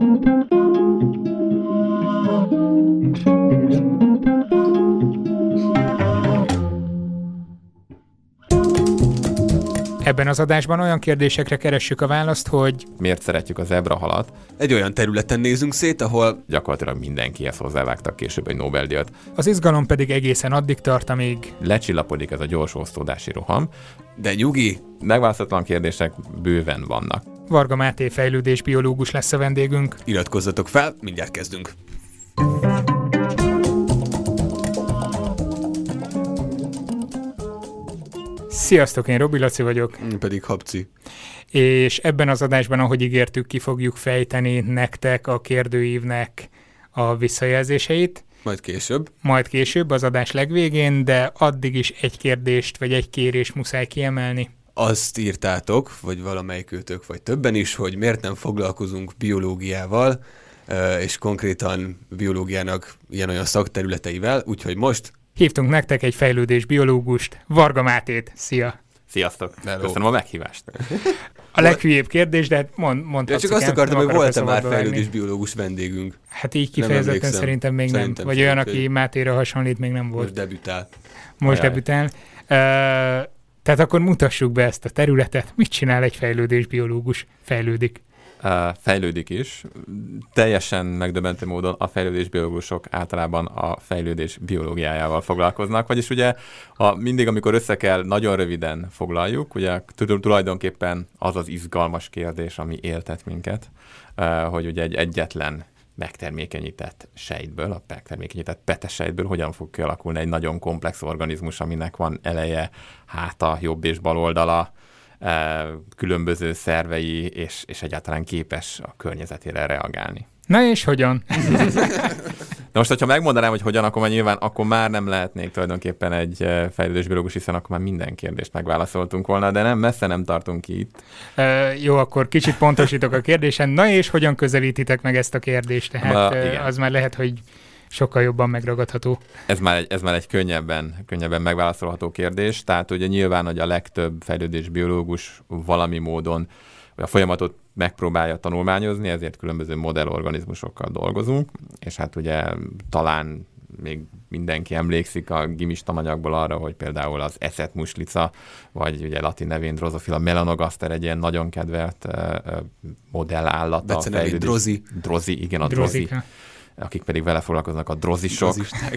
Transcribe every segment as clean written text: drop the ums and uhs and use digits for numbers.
Ebben az adásban olyan kérdésekre keressük a választ, hogy miért szeretjük a zebrahalat? Egy olyan területen nézünk szét, ahol gyakorlatilag mindenkihez hozzávágtak később egy Nobel-díjat. Az izgalom pedig egészen addig tart, amíg lecsillapodik ez a gyors osztódási roham. De nyugi! Megválaszolatlan kérdések bőven vannak. Varga Máté fejlődésbiológus lesz a vendégünk. Iratkozzatok fel, mindjárt kezdünk. Sziasztok, én Robi Laci vagyok. Én pedig Habci. És ebben az adásban, ahogy ígértük, ki fogjuk fejteni nektek a kérdőívnek a visszajelzéseit. Majd később, az adás legvégén, de addig is egy kérdést vagy egy kérést muszáj kiemelni. Azt írtátok, vagy valamelyikőtök, vagy többen is, hogy miért nem foglalkozunk biológiával, és konkrétan biológiának ilyen-olyan szakterületeivel, úgyhogy most hívtunk nektek egy fejlődésbiológust, Varga Mátét. Szia! Sziasztok! Hello. Köszönöm a meghívást! A leghülyébb kérdés, de mondhatsz. Csak azt akartam, hogy volt-e már fejlődésbiológus vendégünk? Hát így kifejezetten szerintem még nem. Vagy olyan, aki Mátéra hasonlít, még nem volt. Most debütál. Tehát akkor mutassuk be ezt a területet. Mit csinál egy fejlődésbiológus? Fejlődik is. Teljesen megdöbbentő módon a fejlődésbiológusok általában a fejlődés biológiájával foglalkoznak, vagyis ugye mindig, amikor össze kell, nagyon röviden foglaljuk, ugye tulajdonképpen az az izgalmas kérdés, ami éltet minket, hogy ugye egy egyetlen megtermékenyített sejtből, a megtermékenyített petesejtből hogyan fog kialakulni egy nagyon komplex organizmus, aminek van eleje, háta, jobb és bal oldala, különböző szervei, és egyáltalán képes a környezetére reagálni. Na és hogyan? Na most, hogyha megmondanám, hogy hogyan, akkor már nem lehetnék tulajdonképpen egy fejlődésbiológus, hiszen akkor már minden kérdést megválaszoltunk volna, de messze nem tartunk ki itt. Jó, akkor kicsit pontosítok a kérdésen. Na és hogyan közelítitek meg ezt a kérdést? Tehát az már lehet, hogy sokkal jobban megragadható. Ez már egy könnyebben megválaszolható kérdés. Tehát ugye nyilván, hogy a legtöbb fejlődésbiológus valami módon a folyamatot megpróbálja tanulmányozni, ezért különböző modellorganizmusokkal dolgozunk, és hát ugye talán még mindenki emlékszik a gimis tananyagból arra, hogy például az eszetmuslica, vagy ugye latin nevén Drosophila melanogaster egy ilyen nagyon kedvelt modellállata. Becenevén Drozi. Drozi, igen, a Drozi. Akik pedig vele foglalkoznak, a drozisok.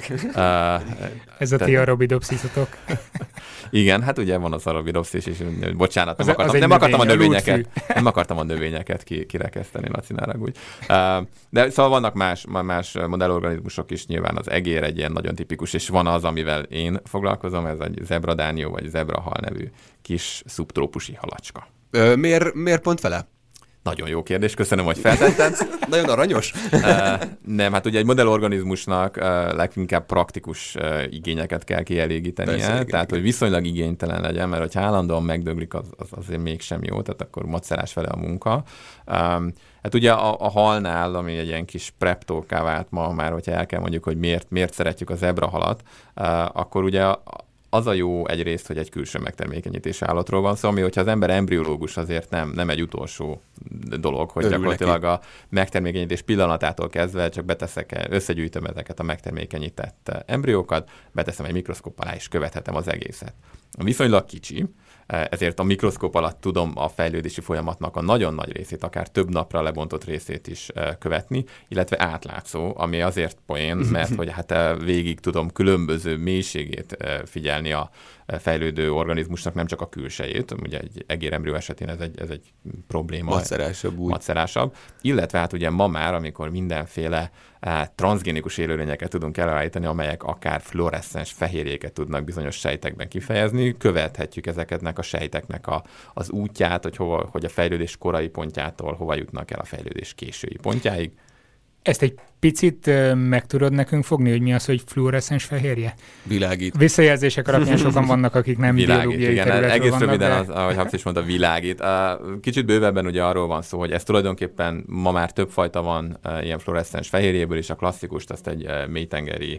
Ez a ti arabidopszizotok. Igen, hát ugye van az arabidopszis, és bocsánat, nem akartam a növényeket kirekeszteni, Lacinára úgy. De szóval vannak más modellorganizmusok is, nyilván az egér egy ilyen nagyon tipikus, és van az, amivel én foglalkozom, ez egy zebradánió, vagy zebrahal nevű kis szubtrópusi halacska. Miért pont vele? Nagyon jó kérdés, köszönöm, hogy feltetted. Nagyon aranyos. Nem, hát ugye egy modellorganizmusnak leginkább praktikus igényeket kell kielégítenie, persze, tehát hogy viszonylag igénytelen legyen, mert hogyha állandóan megdöglik, az azért mégsem jó, tehát akkor macerás vele a munka. Hát ugye a halnál, ami egy ilyen kis preptóká vált ma már, hogyha el kell mondjuk, hogy miért szeretjük a zebrahalat, akkor ugye az a jó egyrészt, hogy egy külső megtermékenyítési állatról van szó, ami, hogyha az ember embriológus, azért nem egy utolsó dolog, hogy gyakorlatilag a megtermékenyítés pillanatától kezdve csak összegyűjtöm ezeket a megtermékenyített embriókat, beteszem egy mikroszkóp alá, és követhetem az egészet. Viszonylag kicsi, ezért a mikroszkóp alatt tudom a fejlődési folyamatnak a nagyon nagy részét, akár több napra lebontott részét is követni, illetve átlátszó, ami azért poén, mert hogy hát végig tudom különböző mélységét figyelni a fejlődő organizmusnak, nem csak a külsejét, ugye egy egérembrió esetén ez egy probléma. Macerásabb. Illetve hát ugye ma már, amikor mindenféle transzgénikus élőlényeket tudunk előállítani, amelyek akár fluoreszcens fehérjéket tudnak bizonyos sejtekben kifejezni, követhetjük ezeknek a sejteknek az útját, hogy a fejlődés korai pontjától hova jutnak el a fejlődés késői pontjáig. Ezt egy picit meg tudod nekünk fogni, hogy mi az, hogy fluoreszcens fehérje? Világít. Visszajelzések alapján sokan vannak, akik nem biológiai területről egész vannak. Röviden, ahogy Habsz is mondta, világít. Kicsit bővebben ugye arról van szó, hogy ez tulajdonképpen ma már több fajta van ilyen fluoreszcens fehérjéből, és a klasszikust azt egy mélytengeri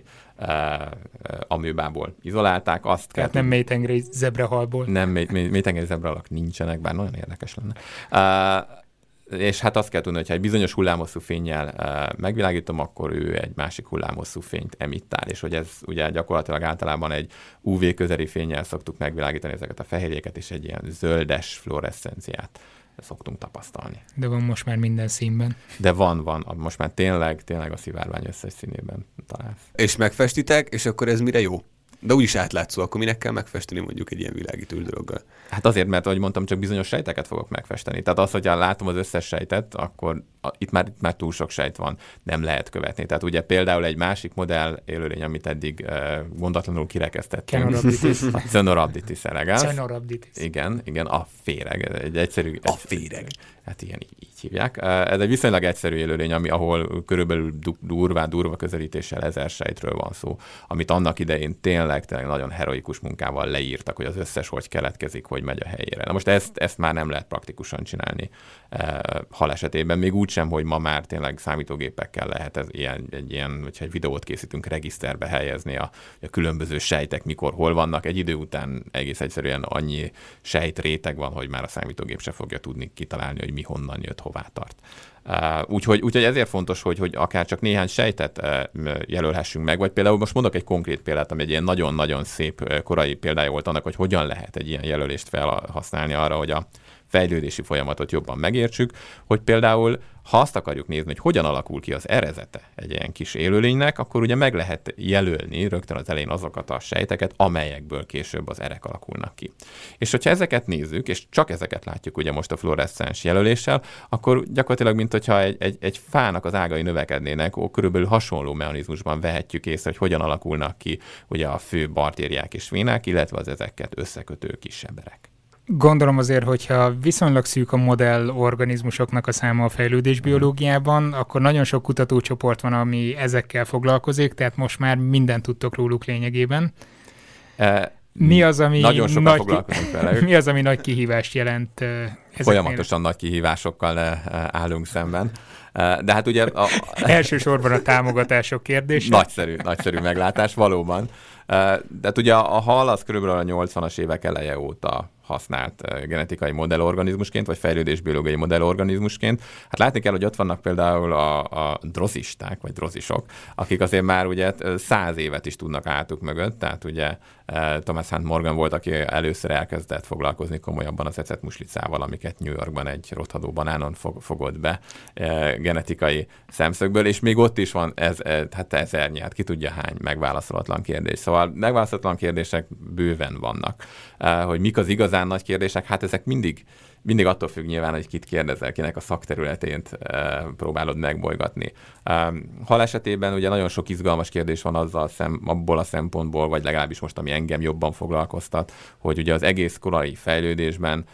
amőbából izolálták. Tehát nem mélytengeri zebrahalból. Nem, mélytengeri zebrahalak nincsenek, bár nagyon érdekes lenne. és hát azt kell tudni, hogy ha egy bizonyos hullámhosszú fénnyel megvilágítom, akkor ő egy másik hullámhosszú fényt emittál, és hogy ez ugye gyakorlatilag általában egy UV közeli fénnyel szoktuk megvilágítani ezeket a fehérjéket, és egy ilyen zöldes fluoreszcenciát szoktunk tapasztalni. De van most már minden színben. De van. Most már tényleg a szivárvány összes színében találsz. És megfestitek, és akkor ez mire jó? De úgyis átlátszó, akkor minek kell megfesteni mondjuk egy ilyen világítós dologgal? Hát azért, mert ahogy mondtam, csak bizonyos sejteket fogok megfesteni. Tehát az, hogyha látom az összes sejtet, akkor itt már túl sok sejt van, nem lehet követni. Tehát ugye például egy másik modell élőlény, amit eddig gondatlanul kirekesztettünk. A Caenorhabditis elegans. Igen, a féreg. Egy egyszerű... A féreg. Hát igen, így hívják. Ez egy viszonylag egyszerű élőlény, ahol körülbelül durva közelítéssel 1000 sejtről van szó, amit annak idején tényleg nagyon heroikus munkával leírtak, hogy az összes hogy keletkezik, hogy megy a helyére. Na most ezt már nem lehet praktikusan csinálni hal esetében, még úgy sem, hogy ma már tényleg számítógépekkel lehet egy ilyen, hogyha egy videót készítünk, regiszterbe helyezni a különböző sejtek, mikor, hol vannak. Egy idő után egész egyszerűen annyi sejtréteg van, hogy már a számítógép se fogja tudni kitalálni, hogy mi honnan jött, hová tart. Úgyhogy ezért fontos, hogy akár csak néhány sejtet jelölhessünk meg, vagy például most mondok egy konkrét példát, ami egy ilyen nagyon-nagyon szép korai példája volt annak, hogy hogyan lehet egy ilyen jelölést felhasználni arra, hogy a fejlődési folyamatot jobban megértsük, hogy például, ha azt akarjuk nézni, hogy hogyan alakul ki az erezete egy ilyen kis élőlénynek, akkor ugye meg lehet jelölni rögtön az elején azokat a sejteket, amelyekből később az erek alakulnak ki. És hogyha ezeket nézzük, és csak ezeket látjuk ugye most a fluoreszcens jelöléssel, akkor gyakorlatilag, mint hogyha egy fának az ágai növekednének, körülbelül hasonló mechanizmusban vehetjük észre, hogy hogyan alakulnak ki ugye a fő bartériák és vénák, illetve az ezeket összekötő kisebb erek. Gondolom azért, hogyha viszonylag szűk a modell organizmusoknak a száma a fejlődésbiológiában, akkor nagyon sok kutatócsoport van, ami ezekkel foglalkozik, tehát most már mindent tudtok róluk lényegében. Mi az, ami nagy kihívást jelent ezeknél? Folyamatosan nagy kihívásokkal állunk szemben. De hát ugye... Elsősorban a támogatások kérdése. Nagyszerű meglátás, valóban. De hát ugye a hal az körülbelül a 80-as évek eleje óta használt genetikai modellorganizmusként, vagy fejlődésbiológiai modellorganizmusként. Hát látni kell, hogy ott vannak például a drozisták, vagy drozisok, akik azért már ugye 100 évet is tudnak átuk mögött, tehát ugye Thomas Hunt Morgan volt, aki először elkezdett foglalkozni komolyabban az ecetmuslicával, amiket New Yorkban egy rothadó banánon fogott be genetikai szemszögből, és még ott is van hát 1000, hát ki tudja hány megválaszolatlan kérdés. Szóval megválaszolatlan kérdések bőven vannak. Hogy mik az igazán nagy kérdések, hát ezek mindig attól függ nyilván, hogy kit kérdezel, kinek a szakterületét próbálod megbolygatni. Hal esetében ugye nagyon sok izgalmas kérdés van abból a szempontból, vagy legalábbis most, ami engem jobban foglalkoztat, hogy ugye az egész korai fejlődésben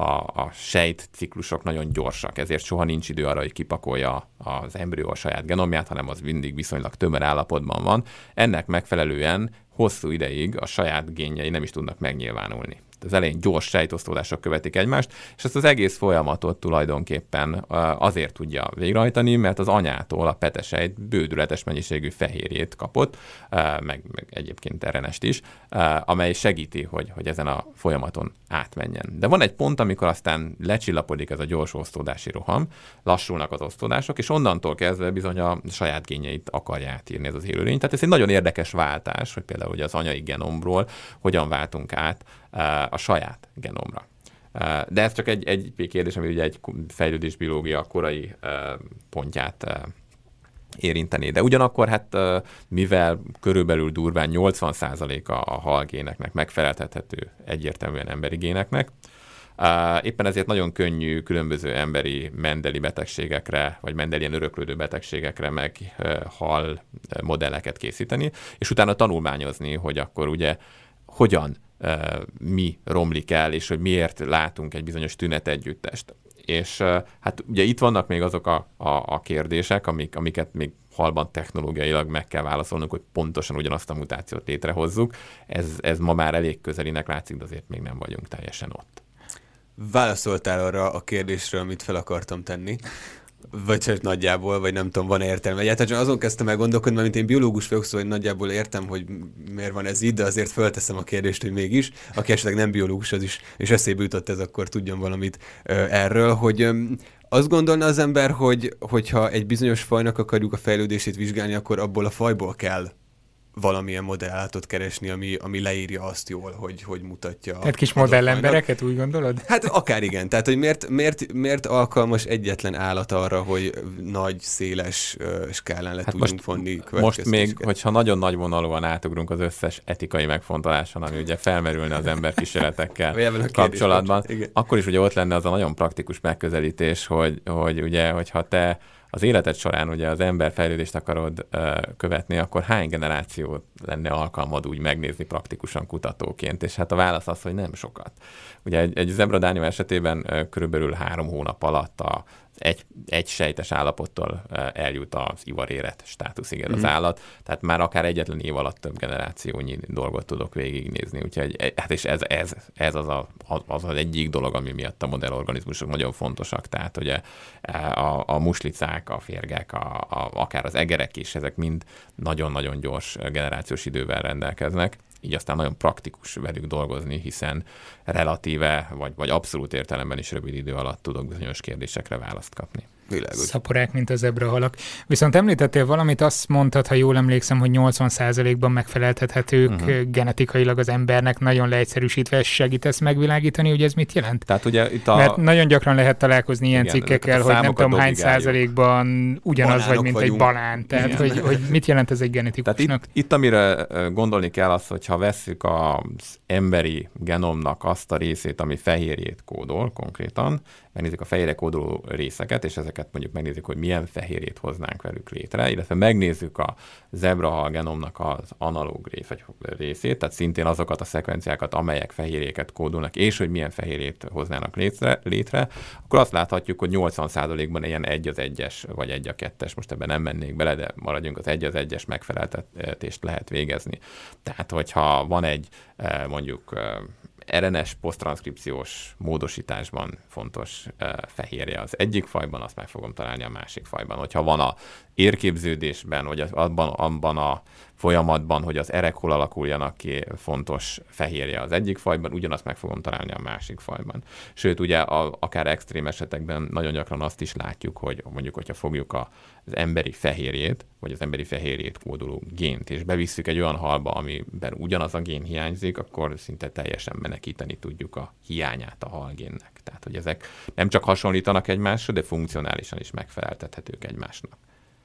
a sejtciklusok nagyon gyorsak, ezért soha nincs idő arra, hogy kipakolja az embrió a saját genomját, hanem az mindig viszonylag tömör állapotban van. Ennek megfelelően hosszú ideig a saját génjei nem is tudnak megnyilvánulni. Az elején gyors sejtosztódások követik egymást, és ezt az egész folyamatot tulajdonképpen azért tudja végrehajtani, mert az anyától a petesejt bődületes mennyiségű fehérjét kapott, meg egyébként RNS-t is, amely segíti, hogy ezen a folyamaton átmenjen. De van egy pont, amikor aztán lecsillapodik ez a gyors osztódási roham, lassulnak az osztódások, és onnantól kezdve bizony a saját génjeit akarja átírni ez az élőlény. Tehát ez egy nagyon érdekes váltás, hogy például ugye az anyai genomról hogyan váltunk át a saját genomra. De ez csak egy kérdés, ami ugye egy fejlődésbiológia korai pontját érinteni. De ugyanakkor hát mivel körülbelül durván 80%-a a halgéneknek megfeleltethető egyértelműen emberi géneknek, éppen ezért nagyon könnyű különböző emberi mendeli betegségekre, vagy mendelien öröklődő betegségekre meg hal modelleket készíteni, és utána tanulmányozni, hogy akkor ugye hogyan mi romlik el, és hogy miért látunk egy bizonyos tünetegyüttest. És hát ugye itt vannak még azok a kérdések, amiket még halban technológiailag meg kell válaszolnunk, hogy pontosan ugyanazt a mutációt létrehozzuk. Ez ma már elég közelinek látszik, de azért még nem vagyunk teljesen ott. Válaszoltál arra a kérdésről, amit fel akartam tenni. Vagy csak nagyjából, vagy nem tudom, van értelme. Egyáltalán azon kezdtem el gondolkodni, mert mint én biológus vagyok, szóval nagyjából értem, hogy miért van ez így, de azért fölteszem a kérdést, hogy mégis, aki esetleg nem biológus, az is, és eszébe jutott ez, akkor tudjon valamit erről, hogy azt gondolna az ember, hogyha egy bizonyos fajnak akarjuk a fejlődését vizsgálni, akkor abból a fajból kell valamilyen modellállatot keresni, ami leírja azt jól, hogy mutatja. Tehát kis modellembereket, úgy gondolod? Hát akár igen. Tehát, hogy miért alkalmas egyetlen állat arra, hogy nagy, széles skálán tudjunk vonni most még, hogyha nagyon nagyvonalúan átugrunk az összes etikai megfontoláson, ami ugye felmerülne az emberkísérletekkel kapcsolatban, akkor is ugye ott lenne az a nagyon praktikus megközelítés, hogy ugye, hogyha te az életed során ugye az emberfejlődést akarod követni, akkor hány generációt lenne alkalmad úgy megnézni praktikusan kutatóként? És hát a válasz az, hogy nem sokat. Ugye egy zebradánió esetében körülbelül 3 hónap alatt egy sejtes állapottól eljut az ivaréret státuszig ez az állat, tehát már akár egyetlen év alatt több generációnyi dolgot tudok végignézni. Úgyhogy hát és ez az egyik dolog, ami miatt a modellorganizmusok nagyon fontosak. Tehát ugye a muslicák, a férgek, akár az egerek is, ezek mind nagyon-nagyon gyors generációs idővel rendelkeznek. Így aztán nagyon praktikus velük dolgozni, hiszen relatíve, vagy abszolút értelemben is rövid idő alatt tudok bizonyos kérdésekre választ kapni. Világos. Szaporák, mint a zebrahalak. Viszont említettél valamit, azt mondtad, ha jól emlékszem, hogy 80%-ban megfeleltethetők genetikailag az embernek, nagyon leegyszerűsítve. Segítesz megvilágítani, hogy ez mit jelent? Tehát ugye itt mert nagyon gyakran lehet találkozni ilyen cikkekkel, hogy nem tudom hány százalékban ugyanaz banánok vagy, mint vagyunk. Egy banán. Tehát, hogy mit jelent ez egy genetikusnak? Tehát itt amire gondolni kell az, hogyha vesszük az emberi genomnak azt a részét, ami fehérjét kódol konkrétan, megnézzük a fehérje kódoló részeket, és ezeket mondjuk megnézzük, hogy milyen fehérjét hoznánk velük létre, illetve megnézzük a zebrahal genomnak az analóg részét, tehát szintén azokat a szekvenciákat, amelyek fehérjéket kódolnak, és hogy milyen fehérjét hoznának létre, akkor azt láthatjuk, hogy 80%-ban ilyen 1:1 vagy 1:2, most ebben nem mennék bele, de maradjunk az 1:1 megfeleltetést lehet végezni. Tehát, hogyha van egy mondjuk RNS poszttranszkripciós módosításban fontos fehérje az egyik fajban, azt meg fogom találni a másik fajban. Hogyha van a érképződésben, vagy abban a folyamatban, hogy az erek hol alakuljanak ki, fontos fehérje az egyik fajban, ugyanazt meg fogom találni a másik fajban. Sőt, ugye akár extrém esetekben nagyon gyakran azt is látjuk, hogy mondjuk, hogyha fogjuk az emberi fehérjét, vagy az emberi fehérjét kódoló gént, és bevisszük egy olyan halba, amiben ugyanaz a gén hiányzik, akkor szinte teljesen menekíteni tudjuk a hiányát a halgénnek. Tehát, hogy ezek nem csak hasonlítanak egymásra, de funkcionálisan is megfeleltethetők egymásnak.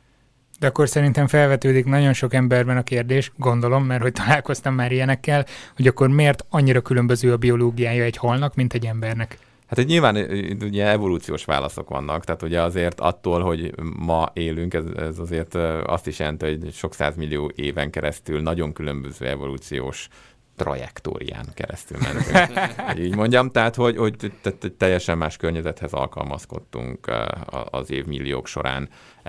De akkor szerintem felvetődik nagyon sok emberben a kérdés, gondolom, mert hogy találkoztam már ilyenekkel, hogy akkor miért annyira különböző a biológiája egy halnak, mint egy embernek? Hát nyilván ugye evolúciós válaszok vannak, tehát ugye azért attól, hogy ma élünk, ez azért azt is jelenti, hogy sok százmillió éven keresztül nagyon különböző evolúciós trajektórián keresztül mentünk, hogy így mondjam, tehát hogy teljesen más környezethez alkalmazkodtunk az évmilliók során,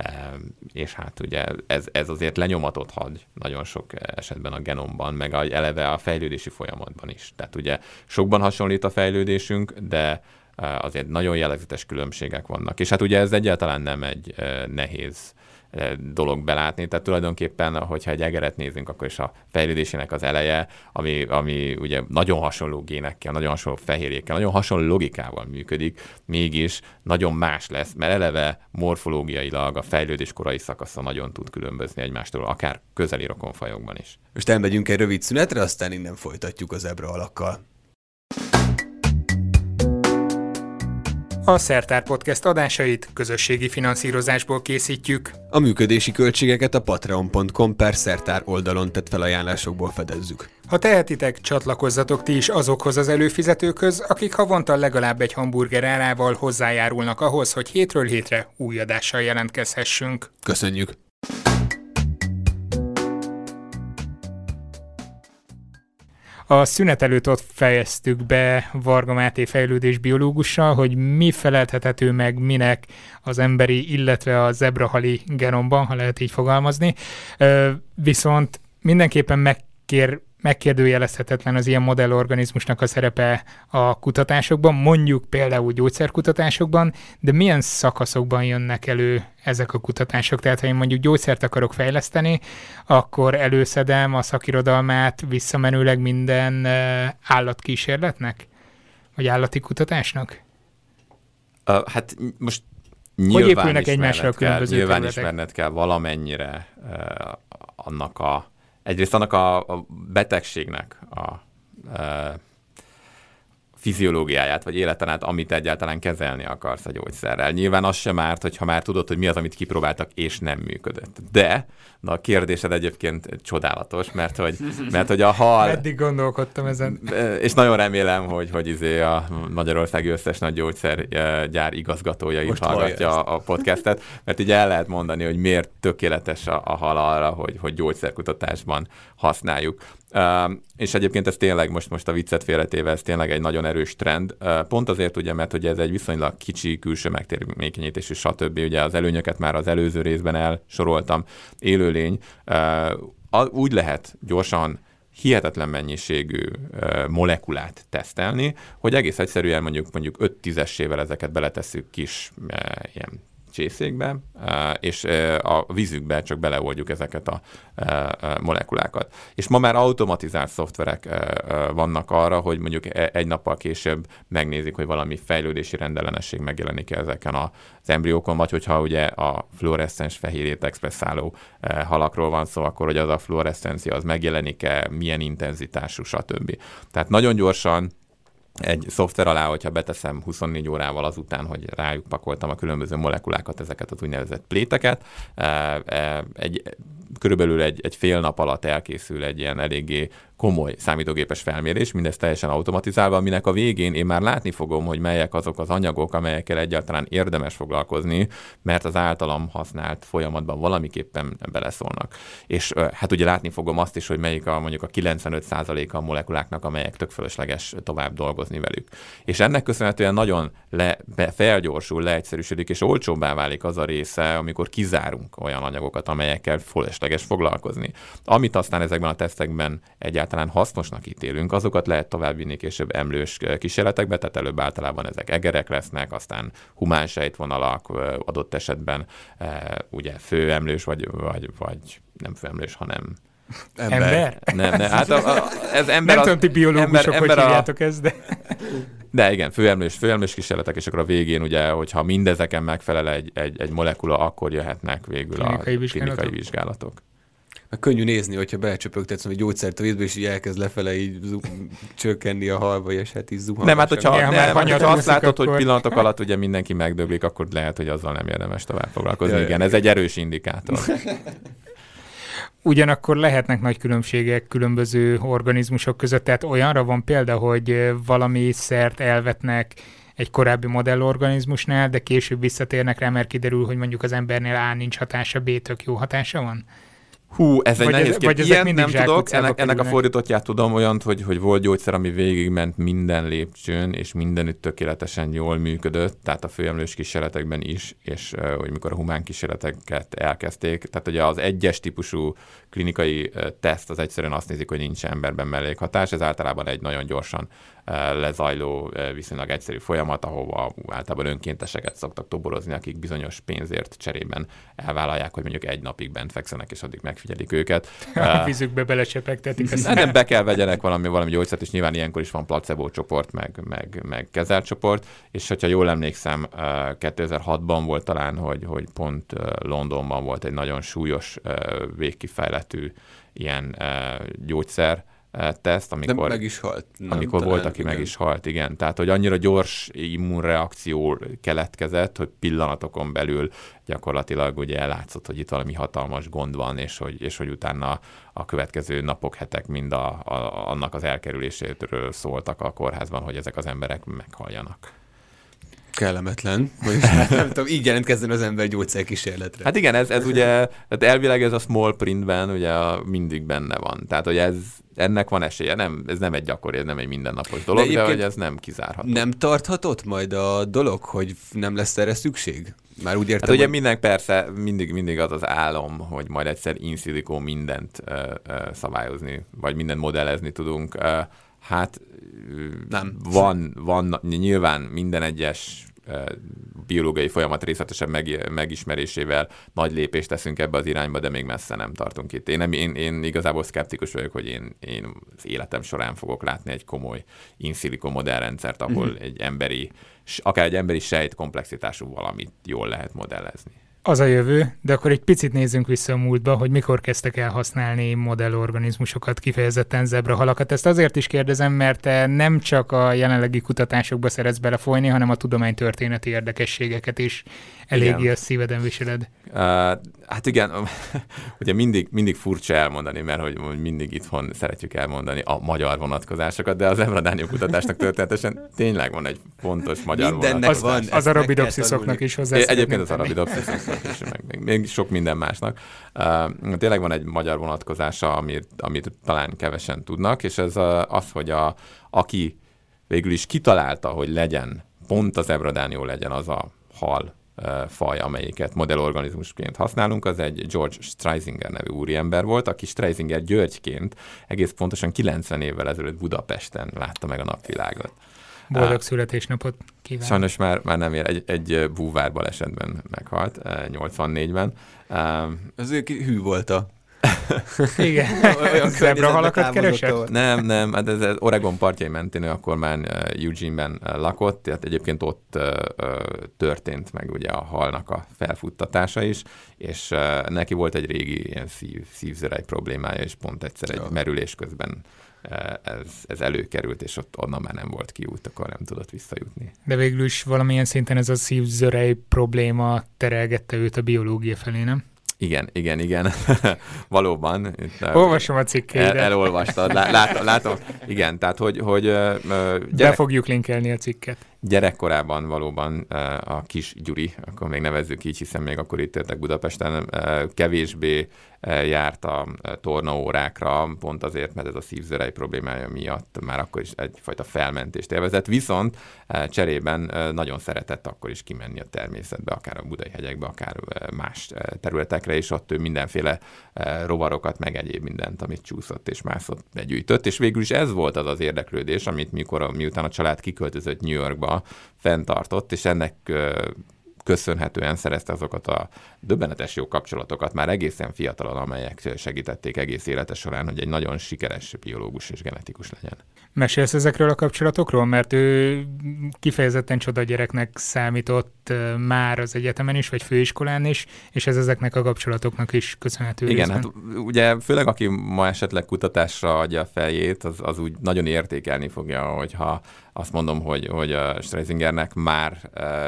és hát ugye ez azért lenyomatot hagy nagyon sok esetben a genomban, meg eleve a fejlődési folyamatban is. Tehát ugye sokban hasonlít a fejlődésünk, de azért nagyon jellegzetes különbségek vannak. És hát ugye ez egyáltalán nem egy nehéz dolog belátni, tehát tulajdonképpen, hogyha egy egeret nézünk, akkor is a fejlődésének az eleje, ami ugye nagyon hasonló génekkel, nagyon hasonló fehérjékkel, nagyon hasonló logikával működik, mégis nagyon más lesz, mert eleve morfológiailag a fejlődés korai szakasza nagyon tud különbözni egymástól, akár közeli rokonfajokban is. Most elmegyünk egy rövid szünetre, aztán innen folytatjuk a zebrahalakkal. A Szertár Podcast adásait közösségi finanszírozásból készítjük. A működési költségeket a patreon.com/szertár oldalon tett felajánlásokból fedezzük. Ha tehetitek, csatlakozzatok ti is azokhoz az előfizetőkhöz, akik havonta legalább egy hamburger árával hozzájárulnak ahhoz, hogy hétről hétre új adással jelentkezhessünk. Köszönjük! A szünet előtt ott fejeztük be Varga Máté fejlődésbiológussal, hogy mi felelthethető meg minek az emberi, illetve a zebrahali genomban, ha lehet így fogalmazni. Viszont mindenképpen megkérdőjelezhetetlen az ilyen modellorganizmusnak a szerepe a kutatásokban, mondjuk például gyógyszerkutatásokban, de milyen szakaszokban jönnek elő ezek a kutatások? Tehát, ha én mondjuk gyógyszert akarok fejleszteni, akkor előszedem a szakirodalmát visszamenőleg minden állatkísérletnek? Vagy állati kutatásnak? Hát most hogy épülnek egymásra a különböző nyilván területek? Ismerned kell valamennyire egyrészt annak a betegségnek a fiziológiáját, vagy életen át, amit egyáltalán kezelni akarsz a gyógyszerrel. Nyilván az sem árt, hogyha már tudod, hogy mi az, amit kipróbáltak, és nem működött. De a kérdésed egyébként csodálatos, mert hogy a hal... Eddig gondolkodtam ezen. És nagyon remélem, hogy a Magyarországi összes nagy gyógyszergyár igazgatója itt hallgatja a podcastet, mert így el lehet mondani, hogy miért tökéletes a hal arra, hogy gyógyszerkutatásban használjuk. És egyébként ez tényleg most a viccet félretéve, ez tényleg egy nagyon erős trend. Pont azért ugye, mert ugye ez egy viszonylag kicsi külső megtermékenyítésű, stb. Ugye az előnyöket már az előző részben elsoroltam. Élőlény. Úgy lehet gyorsan hihetetlen mennyiségű molekulát tesztelni, hogy egész egyszerűen mondjuk 5/10-ével ezeket beletesszük kis ilyen csészékbe, és a vízükbe csak beleoldjuk ezeket a molekulákat. És ma már automatizált szoftverek vannak arra, hogy mondjuk egy nappal később megnézik, hogy valami fejlődési rendellenesség megjelenik ezeken az embriókon, vagy hogyha ugye a fluoreszcens fehérjét expresszáló halakról van szó, akkor hogy az a fluoreszcencia az megjelenik-e, milyen intenzitású, stb. Tehát nagyon gyorsan egy szoftver alá, hogyha beteszem 24 órával azután, hogy rájuk pakoltam a különböző molekulákat, ezeket az úgynevezett pléteket, körülbelül egy fél nap alatt elkészül egy ilyen eléggé komoly számítógépes felmérés, mindez teljesen automatizálva, aminek a végén én már látni fogom, hogy melyek azok az anyagok, amelyekkel egyáltalán érdemes foglalkozni, mert az általam használt folyamatban valamiképpen beleszólnak. És hát ugye látni fogom azt is, hogy melyik mondjuk a 95%-a a molekuláknak, amelyek tök fölösleges tovább dolgozni velük. És ennek köszönhetően nagyon felgyorsul, leegyszerűsödik, és olcsóbbá válik az a része, amikor kizárunk olyan anyagokat, amelyekkel fölösleges foglalkozni. Amit aztán ezekben a tesztekben egyáltalán hasznosnak ítélünk, azokat lehet továbbvinni később emlős kísérletekbe, tehát előbb általában ezek egerek lesznek, aztán humán sejtvonalak, adott esetben ugye főemlős, vagy nem főemlős, hanem ember? Nem, hát ez ember... Nem tudom, ti biológusok, hogy hívjátok ezt, de... De igen, főemlős kísérletek, és akkor a végén ugye, hogyha mindezeken megfelel egy molekula, akkor jöhetnek végül a klinikai vizsgálatok. Könnyű nézni, hogyha belecsöpögtetsz egy gyógyszert a vízbe, és így elkezd lefele így csökkenni a halba, és hát így zuhan. Nem, hát hogyha azt látod, hogy pillanatok alatt ugye mindenki megdöglik, akkor lehet, hogy azzal nem érdemes tovább foglalkozni. Igen, ez egy erős indikátor. Ugyanakkor lehetnek nagy különbségek különböző organizmusok között, tehát olyanra van példa, hogy valami szert elvetnek egy korábbi modellorganizmusnál, de később visszatérnek rá, mert kiderül, hogy mondjuk az embernél A nincs hatása, B tök jó hatása van? Ez egy nehéz kérdés. Ilyen nem tudok, ennek a fordítottját tudom olyant, hogy volt gyógyszer, ami végigment minden lépcsőn, és mindenütt tökéletesen jól működött, tehát a főemlős kísérletekben is, és hogy mikor a humán kísérleteket elkezdték, tehát ugye az egyes típusú klinikai teszt az egyszerűen azt nézik, hogy nincs emberben mellékhatás, ez általában egy nagyon gyorsan lezajló, viszonylag egyszerű folyamat, ahova általában önkénteseket szoktak toborozni, akik bizonyos pénzért cserében elvállalják, hogy mondjuk egy napig bent fekszenek, és addig megfigyelik őket. A vízükbe belecsepegtetik. Nem be kell vegyenek valami gyógyszert, és nyilván ilyenkor is van placebo csoport, meg kezelt csoport, és hogyha jól emlékszem, 2006-ban volt talán, hogy pont Londonban volt egy nagyon súlyos végkifejletű ilyen gyógyszer teszt, amikor meg is halt. Amikor volt, aki meg is halt, igen. Tehát, hogy annyira gyors immunreakció keletkezett, hogy pillanatokon belül gyakorlatilag ugye látszott, hogy itt valami hatalmas gond van, és hogy utána a következő napok, hetek mind annak az elkerüléséről szóltak a kórházban, hogy ezek az emberek meghaljanak. Kellemetlen. Nem tudom, így jelentkezzen az ember gyógyszerkísérletre. Hát igen, ez ugye, tehát elvileg ez a small printben ugye mindig benne van. Tehát, hogy ennek van esélye, ez nem egy gyakori, ez nem egy mindennapos dolog, de hogy ez nem kizárható. Nem tarthatott majd a dolog, hogy nem lesz erre szükség? Már úgy értem, hát ugye minden persze, mindig az álom, hogy majd egyszer in silico mindent szabályozni, vagy mindent modellezni tudunk. Hát nem. Van nyilván minden egyes biológiai folyamat részletesen megismerésével nagy lépést teszünk ebbe az irányba, de még messze nem tartunk itt. Én igazából szkeptikus vagyok, hogy én az életem során fogok látni egy komoly in silico modellrendszert, ahol egy emberi akár egy emberi sejt komplexitású valamit jól lehet modellezni. Az a jövő, de akkor egy picit nézzünk vissza a múltba, hogy mikor kezdtek el használni modellorganizmusokat, kifejezetten zebrahalakat. Ezt azért is kérdezem, mert te nem csak a jelenlegi kutatásokba szeretsz belefolyni, hanem a tudománytörténeti érdekességeket is eléggé a szíveden viseled. Hát igen, ugye mindig furcsa elmondani, mert hogy mindig itthon szeretjük elmondani a magyar vonatkozásokat, de az Ebradánium kutatásnak történetesen tényleg van egy fontos magyar vonatkozás. Az arabidopsiszoknak is hozzá. Egyébként az arabidopsiszoknak is, meg még sok minden másnak. Tényleg van egy magyar vonatkozása, amit talán kevesen tudnak, és ez az, hogy aki végül is kitalálta, hogy legyen, pont az Ebradánium legyen az a hal faj, amelyiket modellorganizmusként használunk, az egy George Streisinger nevű úriember volt, aki Streisinger Györgyként egész pontosan 90 évvel ezelőtt Budapesten látta meg a napvilágot. Boldog születésnapot kívánok! Sajnos már nem ér, egy búvárbalesetben meghalt, 84-ben. Azért hű volt a... Igen, zebrahalakat keresett? Nem, hát ez Oregon partjai mentén, ő akkor már Eugene-ben lakott, tehát egyébként ott történt meg ugye a halnak a felfuttatása is, és neki volt egy régi ilyen szívzöreg problémája, és pont egyszer egy merülés közben ez előkerült, és ott onnan már nem volt kiút, akkor nem tudott visszajutni. De végül is valamilyen szinten ez a szívzörej probléma terelgette őt a biológia felé, nem? Igen. Valóban. Olvasom a cikkeidet. Elolvastad. Látom. Igen, tehát hogy be fogjuk linkelni a cikket. Gyerekkorában valóban a kis Gyuri, akkor még nevezzük így, hiszen még akkor itt éltek Budapesten, kevésbé járt a tornaórákra, pont azért, mert ez a szívzörej problémája miatt már akkor is egyfajta felmentést élvezett, viszont cserében nagyon szeretett akkor is kimenni a természetbe, akár a Budai hegyekbe, akár más területekre, és ott ő mindenféle rovarokat, meg egyéb mindent, amit csúszott és mászott, begyűjtött, és végül is ez volt az az érdeklődés, amit miután a család kiköltözött New Yorkba, fenntartott, és ennek köszönhetően szerezte azokat a döbbenetes jó kapcsolatokat már egészen fiatalon, amelyek segítették egész élete során, hogy egy nagyon sikeres biológus és genetikus legyen. Mesélsz ezekről a kapcsolatokról? Mert ő kifejezetten csoda gyereknek számított már az egyetemen is, vagy főiskolán is, és ez ezeknek a kapcsolatoknak is köszönhető. Igen, részben. Hát ugye főleg aki ma esetleg kutatásra adja a fejét, az úgy nagyon értékelni fogja, hogyha azt mondom, hogy a Streisingernek már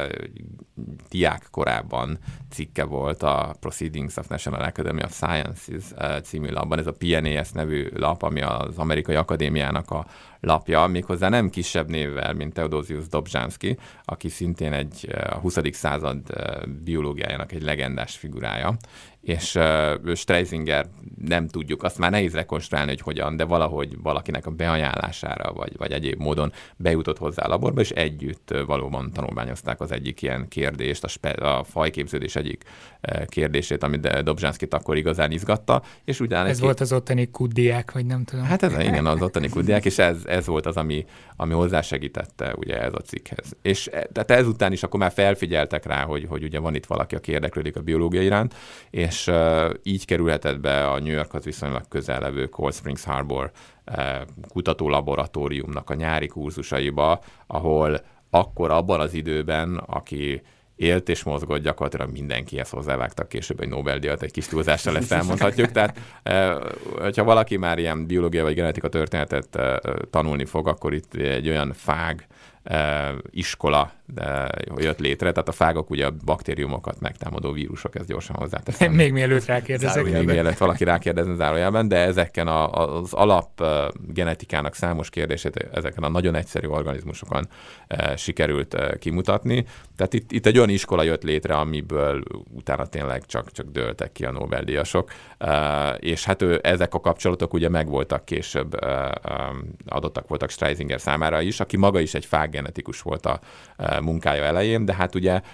diák korában cikke volt a Proceedings of National Academy of Sciences című lapban, ez a PNAS nevű lap, ami az Amerikai Akadémiának a lapja, méghozzá nem kisebb névvel, mint Theodosius Dobzhansky, aki szintén a 20. század biológiájának egy legendás figurája, és Streisinger nem tudjuk, azt már nehéz rekonstruálni, hogy hogyan, de valahogy valakinek a beajánlására, vagy egyéb módon bejutott hozzá a laborba, és együtt valóban tanulmányozták az egyik ilyen kérdést, a fajképződés egyik kérdését, amit Dobzhanskit akkor igazán izgatta, és utána... Ez volt az ottani kuddiák, vagy nem tudom. Hát igen, az ottani kuddiák, és ez volt az, ami hozzásegítette ugye ez a cikkhez. És tehát ezután is akkor már felfigyeltek rá, hogy ugye van itt valaki, aki érdeklődik a biológia iránt, és így kerülhetett be a New Yorkhoz viszonylag közel levő Cold Springs Harbor kutatólaboratóriumnak a nyári kurzusaiba, ahol akkor abban az időben, aki élt és mozgott, gyakorlatilag mindenkihez hozzávágtak később egy Nobel-díjat, egy kis túlzással ezt elmondhatjuk. Tehát, hogyha valaki már ilyen biológia vagy genetika történetet tanulni fog, akkor itt egy olyan fág iskola jött létre, tehát a fágok ugye a baktériumokat megtámadó vírusok, ezt gyorsan hozzáteszem. Még mielőtt rákérdezek. Még mielőtt valaki rákérdezni zárójelben, de ezeken az alap genetikának számos kérdését ezeken a nagyon egyszerű organizmusokon sikerült kimutatni. Tehát itt egy olyan iskola jött létre, amiből utána tényleg csak dőltek ki a Nobel-díjasok, és hát ezek a kapcsolatok ugye megvoltak később, adottak voltak Streisinger számára is, aki maga is egy fággenetikus volt a munkája elején, de hát ugye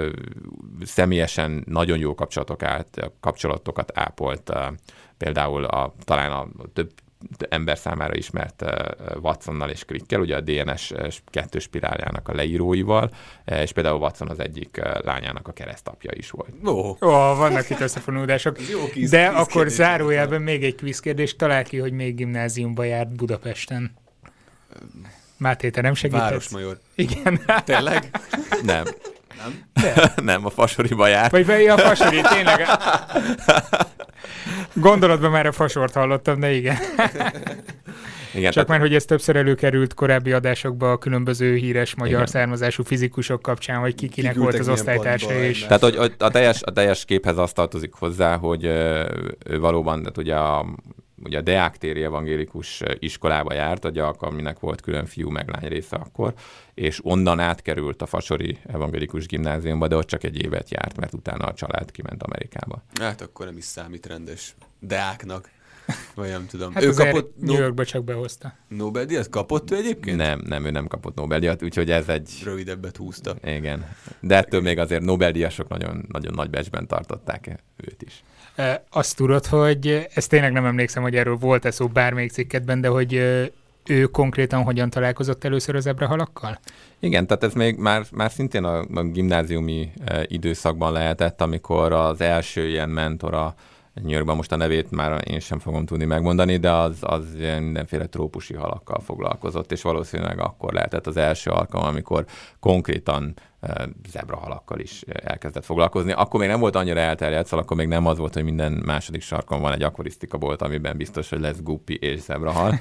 személyesen nagyon jó kapcsolatokat ápolt, például talán a több ember számára ismert Watsonnal és Crickkel, ugye a DNS 2 spiráljának a leíróival, és például Watson az egyik lányának a keresztapja is volt. Vannak itt összefonódások. De akkor zárójelben még egy kvízkérdés, talál ki, hogy még gimnáziumba járt Budapesten. Máté, te nem segítetsz? Városmajor. Igen. Tényleg? Nem. Nem, a Fasoriba járt. Vagy a Fasori, tényleg. Gondolatban már a Fasort hallottam, de igen. Igen, csak már, hogy ez többször előkerült korábbi adásokban a különböző híres magyar származású fizikusok kapcsán, hogy kinek volt az osztálytársa is. Tehát, hogy a teljes képhez azt tartozik hozzá, hogy ő valóban, tehát ugye a Deák téri evangélikus iskolába járt, aminek volt külön fiú meg lány része akkor, és onnan átkerült a Fasori evangélikus gimnáziumba, de ott csak egy évet járt, mert utána a család kiment Amerikába. Hát akkor nem is számít rendes Deáknak. Vagy nem tudom. Hát ő kapott New Yorkba csak behozta. Nobel-díjat kapott ő egyébként? Nem, ő nem kapott Nobel-díjat, úgyhogy ez egy... Rövidebbet húzta. Igen. De ettől még azért Nobel-díjasok nagyon, nagyon nagy becsben tartották őt is. Azt tudod, hogy ezt tényleg nem emlékszem, hogy erről volt-e szó bármelyik cikketben, de hogy ő konkrétan hogyan találkozott először az zebrahalakkal? Igen, tehát ez még már szintén a gimnáziumi időszakban lehetett, amikor az első ilyen mentora, New Yorkban most a nevét már én sem fogom tudni megmondani, de az mindenféle trópusi halakkal foglalkozott, és valószínűleg akkor lehetett az első alkalom, amikor konkrétan zebrahalakkal is elkezdett foglalkozni. Akkor még nem volt annyira elterjedt, szóval akkor még nem az volt, hogy minden második sarkon van egy akvarisztika bolt, amiben biztos, hogy lesz guppi és zebrahal.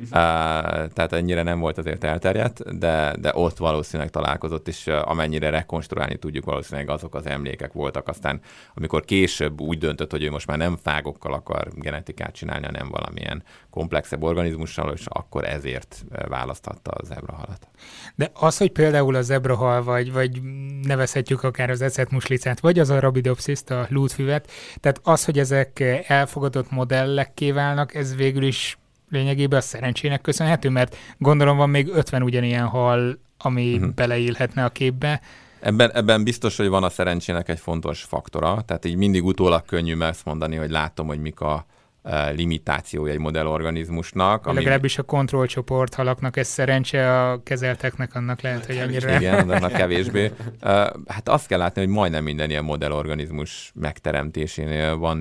Tehát ennyire nem volt azért elterjedt, de ott valószínűleg találkozott, és amennyire rekonstruálni tudjuk, valószínűleg azok az emlékek voltak. Aztán, amikor később úgy döntött, hogy ő most már nem fágokkal akar genetikát csinálni, hanem valamilyen komplexebb organizmussal, és akkor ezért választhatta a zebrahalat. De az, hogy például a zebrahal, vagy nevezhetjük akár az ecetmuslicát, vagy az Arabidopsiszt, a lútfüvet, tehát az, hogy ezek elfogadott modellekké válnak, ez végül is lényegében a szerencsének köszönhető, mert gondolom van még 50 ugyanilyen hal, ami beleillhetne a képbe. Ebben biztos, hogy van a szerencsének egy fontos faktora, tehát így mindig utólag könnyű ezt mondani, hogy látom, hogy mik a limitációja egy modellorganizmusnak. Legalábbis a kontrollcsoport halaknak ez szerencse, a kezelteknek annak lehet, hogy annyira... Igen, annak kevésbé. Hát azt kell látni, hogy majdnem minden ilyen modellorganizmus megteremtésénél van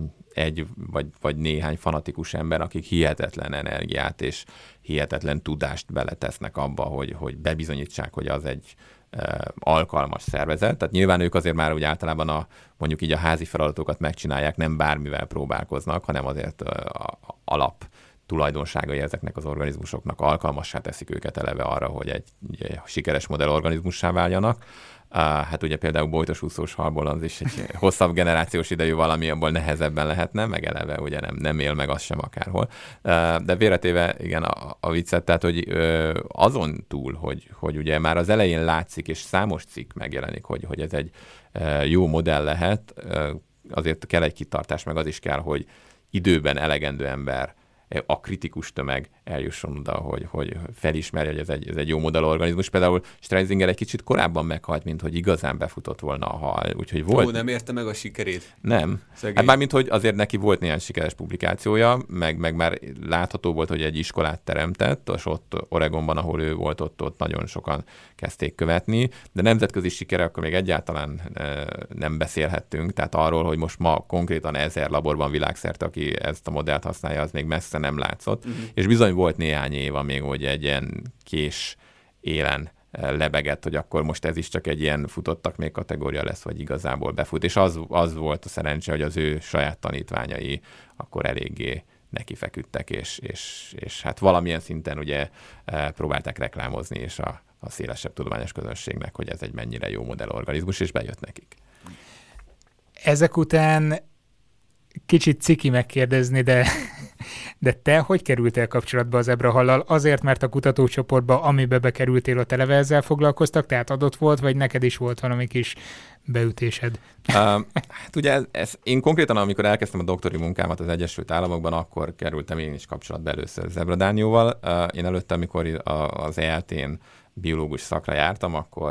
egy vagy néhány fanatikus ember, akik hihetetlen energiát és hihetetlen tudást beletesznek abba, hogy bebizonyítsák, hogy az egy alkalmas szervezet. Tehát nyilván ők azért már úgy általában mondjuk így a házi feladatokat megcsinálják, nem bármivel próbálkoznak, hanem azért alap tulajdonságai ezeknek az organizmusoknak alkalmassá teszik őket eleve arra, hogy egy sikeres modellorganizmussá váljanak. Hát ugye például bojtosúszós halból az is egy hosszabb generációs idejű valami, abból nehezebben lehetne, meg eleve ugye nem él meg az sem akárhol. De félretéve igen a viccet, tehát hogy azon túl, hogy ugye már az elején látszik, és számos cikk megjelenik, hogy ez egy jó modell lehet, azért kell egy kitartás, meg az is kell, hogy időben elegendő ember, a kritikus tömeg eljusson oda, hogy felismerje, hogy ez egy jó modellorganizmus. Például Streisinger egy kicsit korábban meghalt, mint hogy igazán befutott volna a hal. Úgyhogy volt... nem érte meg a sikerét? Nem. Hát bármint, hogy azért neki volt néhány sikeres publikációja, meg már látható volt, hogy egy iskolát teremtett, és ott Oregonban, ahol ő volt, ott nagyon sokan kezdték követni, de nemzetközi sikere akkor még egyáltalán nem beszélhettünk, tehát arról, hogy most ma konkrétan 1000 laborban világszerte, aki ezt a modellt használja, az még messze nem látszott. És bizony volt néhány év, amíg hogy egy ilyen kés élen lebegett, hogy akkor most ez is csak egy ilyen futottak még kategória lesz, vagy igazából befut. És az volt a szerencse, hogy az ő saját tanítványai akkor eléggé nekifeküdtek, és hát valamilyen szinten ugye próbálták reklámozni, és a szélesebb tudományos közönségnek, hogy ez egy mennyire jó modellorganizmus, és bejött nekik. Ezek után kicsit ciki megkérdezni, de te hogy kerültél kapcsolatba a zebrahallal? Azért, mert a kutatócsoportba, amibe bekerültél, ott eleve ezzel foglalkoztak, tehát adott volt, vagy neked is volt valami kis beütésed? Hát ugye én konkrétan, amikor elkezdtem a doktori munkámat az Egyesült Államokban, akkor kerültem én is kapcsolatba először zebradánióval. Én előtte, amikor az ELT-n biológus szakra jártam, akkor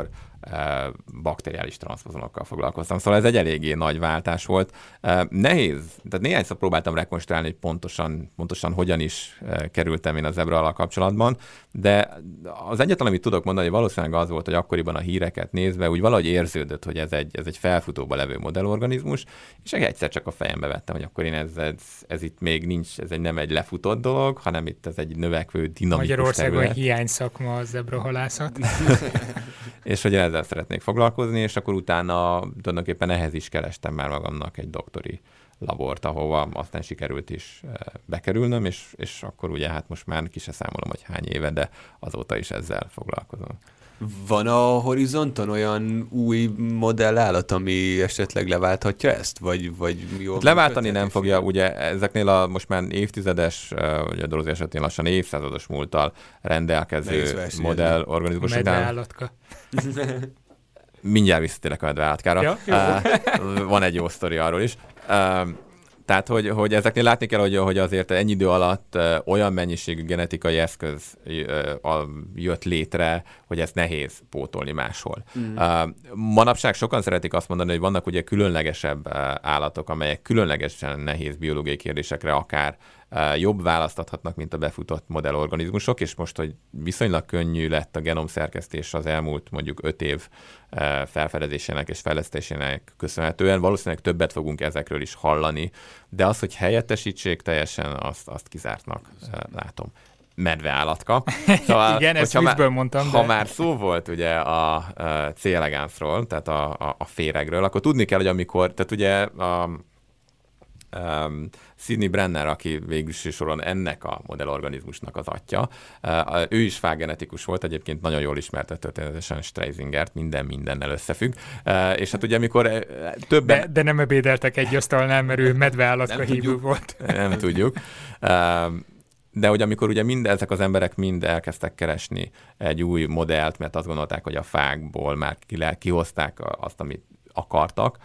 bakteriális transzpozonokkal foglalkoztam. Szóval ez egy eléggé nagy váltás volt. Nehéz, tehát néhányszor próbáltam rekonstruálni, hogy pontosan hogyan is kerültem én a zebrahallal kapcsolatban, de az egyetlen, amit tudok mondani, hogy valószínűleg az volt, hogy akkoriban a híreket nézve úgy valahogy érződött, hogy ez egy felfutóba levő modellorganizmus, és egyszer csak a fejembe vettem, hogy akkor én ez itt még nincs, nem egy lefutott dolog, hanem itt ez egy növekvő, dinamikus Magyarországon terület. hiány szakma a zebrahalászat. És hogy ezzel szeretnék foglalkozni, és akkor utána tulajdonképpen ehhez is kerestem már magamnak egy doktori labort, ahova aztán sikerült is bekerülnöm, és akkor ugye hát most már ki se számolom, hogy hány éve, de azóta is ezzel foglalkozom. Van a horizonton olyan új modellállat, ami esetleg leválthatja ezt? Vagy jól leváltani nem fogja, ugye ezeknél most már évtizedes, ugye a Dorozé esetén lassan évszázados múlttal rendelkező modellorganizmusok. Medveállatka. Mindjárt visszatérek a medveállatkára. Ja, van egy jó sztori arról is. Tehát, hogy ezeknél látni kell, hogy azért ennyi idő alatt olyan mennyiségű genetikai eszköz jött létre, hogy ezt nehéz pótolni máshol. Manapság sokan szeretik azt mondani, hogy vannak ugye különlegesebb állatok, amelyek különlegesen nehéz biológiai kérdésekre akár jobb választ adhatnak, mint a befutott modellorganizmusok, és most, hogy viszonylag könnyű lett a genomszerkesztés az elmúlt mondjuk 5 év felfedezésének és fejlesztésének köszönhetően, valószínűleg többet fogunk ezekről is hallani, de az, hogy helyettesítsék teljesen, azt kizártnak látom. Medveállatka. Szóval, igen, ezt viccből mondtam. Ha már szó volt ugye a C. elegansról, tehát a féregről, akkor tudni kell, hogy amikor, tehát ugye Sidney Brenner, aki végül is soron ennek a modellorganizmusnak az atya, ő is fágenetikus volt, egyébként nagyon jól ismerte történetesen Streisingert, mindennel összefügg, és hát ugye amikor többen... De nem ebédeltek egy asztalnál, mert ő medveállatka hívő volt. Nem tudjuk. De hogy amikor ugye ezek az emberek mind elkezdtek keresni egy új modellt, mert azt gondolták, hogy a fákból már kihozták azt, amit akartak,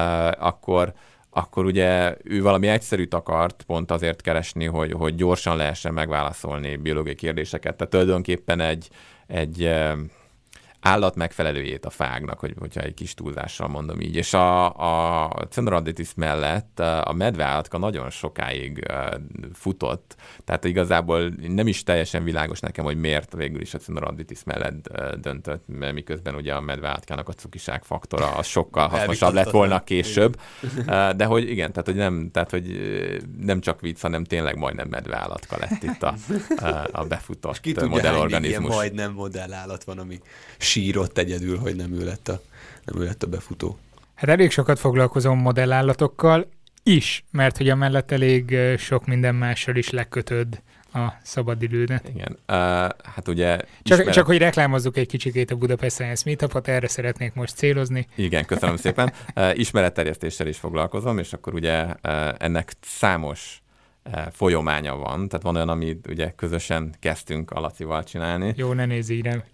akkor ugye ő valami egyszerűt akart pont azért keresni, hogy gyorsan lehessen megválaszolni biológiai kérdéseket. Tehát tulajdonképpen egy állat megfelelőjét a fágnak, hogyha egy kis túlzással mondom így. És a Cenoradistis mellett a medveállatka nagyon sokáig futott, tehát igazából nem is teljesen világos nekem, hogy miért végül is a Cenoradistis mellett döntött, mert miközben ugye a medveállatkának a cukiság faktora az sokkal hasznosabb lett volna később. De hogy igen, tehát hogy nem csak vicc, hanem tényleg majdnem medveállatka lett itt a befutott modellorganizmus. Ilyen majdnem modellállat van, ami sírott egyedül, hogy nem ő lett a befutó. Hát elég sokat foglalkozom modellállatokkal is, mert hogy amellett elég sok minden mással is lekötöd a szabadidődet. Igen. Hát ugye... Csak hogy reklámozzuk egy kicsikét a Budapest Science Meetupot, erre szeretnék most célozni. Igen, köszönöm szépen. Ismeretterjesztéssel is foglalkozom, és akkor ugye ennek számos folyamánya van, tehát van olyan, amit ugye közösen kezdtünk a Lacival csinálni. Jó, ne nézz így, nem.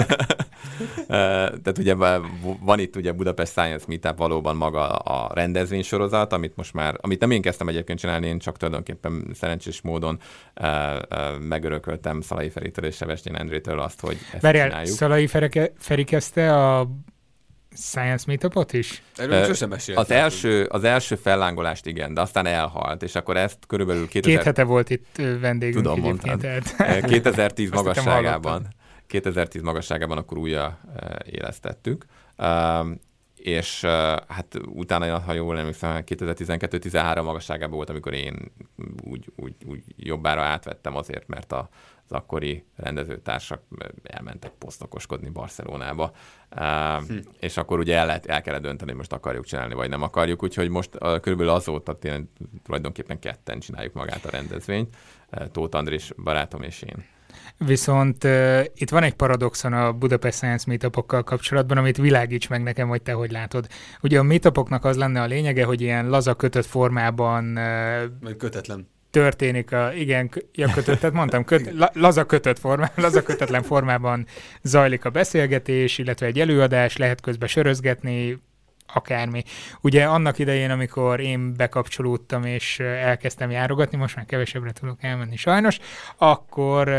Tehát ugye van itt ugye Budapest Science Meetup valóban maga a rendezvénysorozat, amit nem én kezdtem egyébként csinálni, én csak tulajdonképpen szerencsés módon megörököltem Szalai Feritől és Sebestyén Endrétől azt, hogy ezt csináljuk. Szalai Feri kezdte a Science Meetupot is? Az első fellángolást igen, de aztán elhalt, és akkor ezt körülbelül 2 hete volt itt vendégünk. Tudom, mondtad. 2010 magasságában. 2010 magasságában akkor újra élesztettük. És hát utána, ha jól emlékszem, 2012-13 magasságában volt, amikor én úgy jobbára átvettem azért, mert az akkori rendezőtársak elmentek posztokoskodni Barcelonába. És akkor ugye el kellett dönteni, hogy most akarjuk csinálni, vagy nem akarjuk. Úgyhogy most körülbelül azóta tulajdonképpen ketten csináljuk magát a rendezvényt. Tóth Andrés barátom és én. Viszont itt van egy paradoxon a Budapest Science Meetupokkal kapcsolatban, amit világíts meg nekem, hogy te hogy látod. Ugye a meetupoknak az lenne a lényege, hogy ilyen laza kötött formában kötetlen történik kötöttet mondtam, laza kötetlen formában zajlik a beszélgetés, illetve egy előadás, lehet közben sörözgetni, akármi. Ugye annak idején, amikor én bekapcsolódtam és elkezdtem járogatni, most már kevesebbre tudok elmenni sajnos, akkor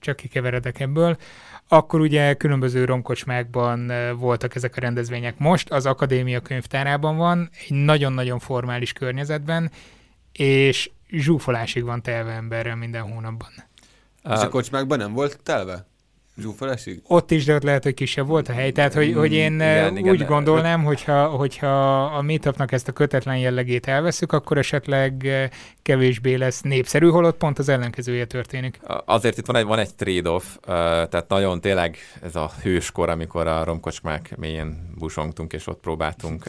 csak kikeveredek ebből, akkor ugye különböző romkocsmákban voltak ezek a rendezvények. Most az Akadémia könyvtárában van, egy nagyon-nagyon formális környezetben, és zsúfolásig van telve emberrel minden hónapban. És a kocsmákban nem volt telve? Zsúfolásig? Ott is, de ott lehet, hogy kisebb volt a hely. Tehát, hogy én úgy gondolnám, hogyha a Meetupnak ezt a kötetlen jellegét elveszük, akkor esetleg kevésbé lesz népszerű, holott pont az ellenkezője történik. Azért itt van egy trade-off, tehát nagyon tényleg ez a hőskor, amikor a romkocsmák mélyén busongtunk, és ott próbáltunk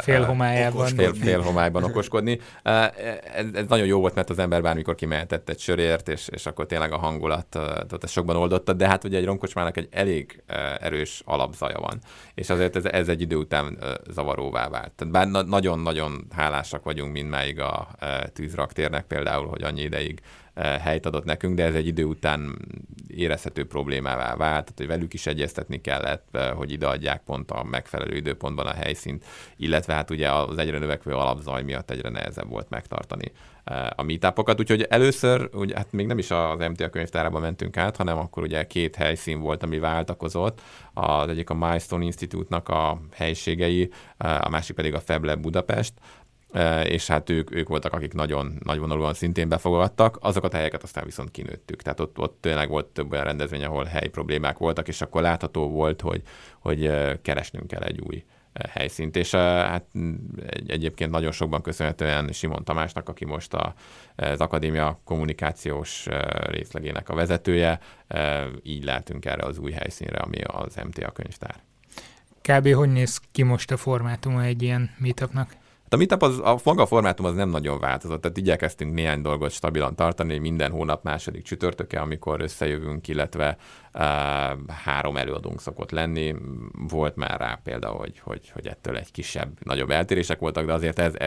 félhomályban okoskodni. Ez nagyon jó volt, mert az ember bármikor kimehetett egy sörért, és akkor tényleg a hangulat sokban oldotta, de hát ugye egy romkocsmának egy elég erős alapzaja van, és azért ez egy idő után zavaróvá vált. Tehát bár nagyon-nagyon hálásak vagyunk mindmáig a tűzraktérnek például, hogy annyi ideig helyt adott nekünk, de ez egy idő után érezhető problémává vált, tehát hogy velük is egyeztetni kellett, hogy ideadják pont a megfelelő időpontban a helyszínt, illetve hát ugye az egyre növekvő alapzaj miatt egyre nehezebb volt megtartani a meetupokat, úgyhogy először ugye, hát még nem is az MTA könyvtárába mentünk át, hanem akkor ugye 2 helyszín volt, ami váltakozott, az egyik a Milestone Institute-nak a helységei, a másik pedig a FabLab Budapest, és hát ők voltak, akik nagyon nagyvonalúan szintén befogadtak, azokat a helyeket aztán viszont kinőttük. Tehát ott tényleg volt több olyan rendezvény, ahol helyi problémák voltak, és akkor látható volt, hogy keresnünk kell egy új helyszínt, és hát egyébként nagyon sokban köszönhetően Simon Tamásnak, aki most az Akadémia kommunikációs részlegének a vezetője, így lehetünk erre az új helyszínre, ami az MTA könyvtár. Kb. Hogy néz ki most a formátuma egy ilyen meetupnak? A meetup, maga a formátum az nem nagyon változott, tehát igyekeztünk néhány dolgot stabilan tartani, minden hónap második csütörtöke, amikor összejövünk, illetve 3 előadónk szokott lenni. Volt már rá például, hogy ettől egy kisebb, nagyobb eltérések voltak, de azért ez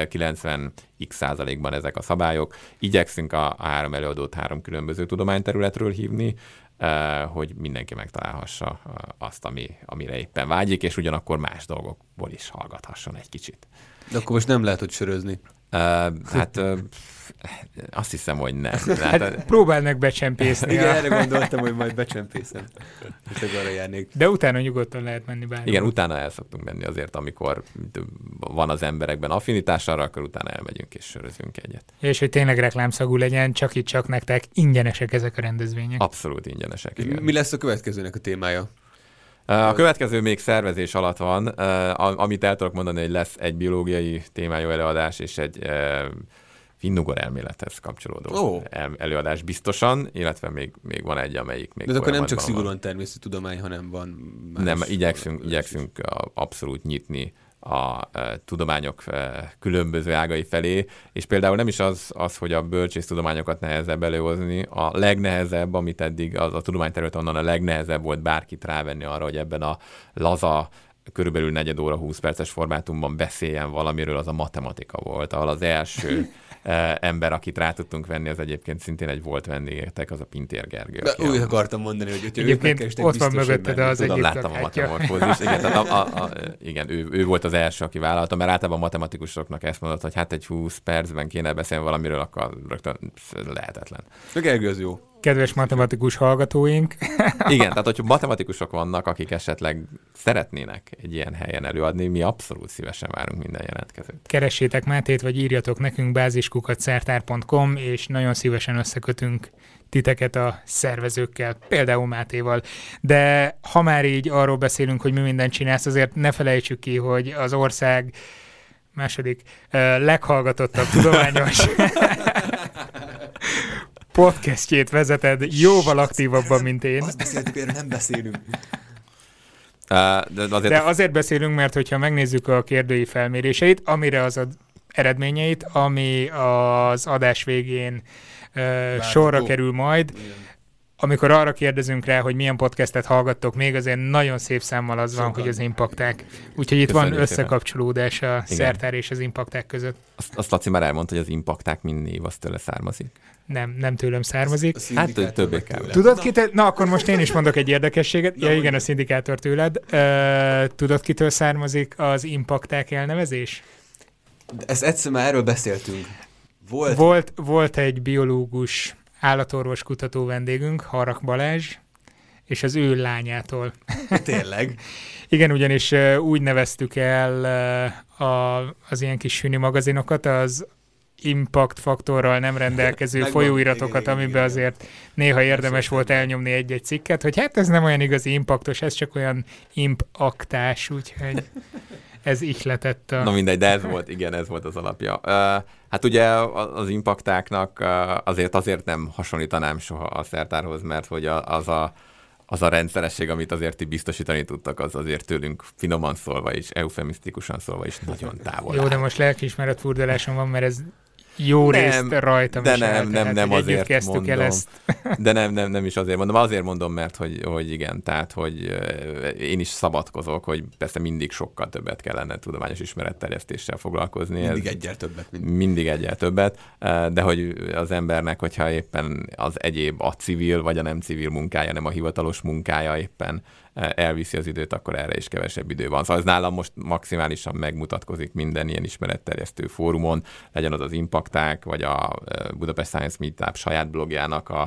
90% ezek a szabályok. Igyekszünk a 3 előadót 3 különböző tudományterületről hívni, hogy mindenki megtalálhassa azt, amire éppen vágyik, és ugyanakkor más dolgokból is hallgathasson egy kicsit. De akkor most nem lehet, hogy sörözni. Azt hiszem, hogy nem. Hát próbálnak becsempészni. Igen, erre gondoltam, hogy majd becsempészem. És arra járnék. De utána nyugodtan lehet menni bárhol. Igen, utána el szoktunk menni azért, amikor van az emberekben affinitás arra, akkor utána elmegyünk és sörözünk egyet. És hogy tényleg reklámszagú legyen, csak nektek ingyenesek ezek a rendezvények. Abszolút ingyenesek, igen. Mi lesz a következőnek a témája? A következő még szervezés alatt van, amit el tudok mondani, hogy lesz egy biológiai témájú előadás és egy finnugor elmélethez kapcsolódó előadás biztosan, illetve még van egy, amelyik még. De akkor nem csak szigorúan természettudomány, hanem van más. Nem, igyekszünk abszolút nyitni a tudományok különböző ágai felé, és például nem is az, hogy a bölcsésztudományokat nehezebb előhozni, a legnehezebb, amit eddig az a tudományterület onnan a legnehezebb volt bárkit rávenni arra, hogy ebben a laza, körülbelül 4 óra 20 perces formátumban beszéljen valamiről, az a matematika volt, ahol az első ember, akit rá tudtunk venni, az egyébként szintén egy volt vendégetek, az a Pintér Gergő. De úgy akartam mondani, hogy egyébként ott van mögötted az egyik láttam a metamorfózist. Igen, ő volt az első, aki vállalta, mert általában a matematikusoknak ezt mondott, hogy hát egy 20 percben kéne beszélni valamiről, akkor rögtön lehetetlen. A Gergő az jó. Kedves matematikus hallgatóink. Igen, tehát hogyha matematikusok vannak, akik esetleg szeretnének egy ilyen helyen előadni, mi abszolút szívesen várunk minden jelentkezőt. Keressétek Mátét, vagy írjatok nekünk báziskukat.szertár.com, és nagyon szívesen összekötünk titeket a szervezőkkel, például Mátéval. De ha már így arról beszélünk, hogy mi mindent csinálsz, azért ne felejtsük ki, hogy az ország második leghallgatottabb tudományos podcastjét vezeted jóval aktívabban, mint én. Azt beszéltük, erről nem beszélünk. De azért beszélünk, mert hogyha megnézzük a kérdői felméréseit, amire az eredményeit, ami az adás végén sorra kerül majd, amikor arra kérdezünk rá, hogy milyen podcastet hallgattok, még azért nagyon szép számmal az van, hogy az impakták. Úgyhogy itt van összekapcsolódás a Szertár és az impakták között. Azt Laci már elmondta, hogy az impakták mind név, az tőle származik. Nem tőlem származik. Hát többé kell. Tudod kitől? Na, akkor most én is mondok egy érdekességet. Ja, igen, a szindikátor tőled. Tudod, kitől származik az impakták elnevezés? Ezt egyszer már erről beszéltünk. Volt egy biológus, állatorvos kutató vendégünk, Harrak Balázs, és az ő lányától. Tényleg? Igen, ugyanis úgy neveztük el az ilyen kis süni magazinokat, az impact faktorral nem rendelkező folyóiratokat, amiben azért néha érdemes volt elnyomni egy-egy cikket, hogy hát ez nem olyan igazi impaktos, ez csak olyan impaktás, úgyhogy ez ihletett. Na mindegy, de ez volt az alapja. Hát ugye az impaktáknak azért nem hasonlítanám soha a szertárhoz, mert hogy az a rendszeresség, amit azért ti biztosítani tudtak, az azért tőlünk finoman szólva is, eufemisztikusan szólva is nagyon távol. Jó, de most lelkiismeret furdalásom van, mert ez jó részt rajtam de is nem azért mondom. El ezt. De nem is azért mondom. Azért mondom, mert hogy igen, tehát, hogy én is szabadkozok, hogy persze mindig sokkal többet kellene tudományos ismeretterjesztéssel foglalkozni. Mindig egyel többet, de hogy az embernek, hogyha éppen az egyéb a civil vagy a nem civil munkája, nem a hivatalos munkája éppen elviszi az időt, akkor erre is kevesebb idő van. Szóval ez nálam most maximálisan megmutatkozik minden ilyen ismeretterjesztő fórumon, legyen az impakták, vagy a Budapest Science Meetup saját blogjának a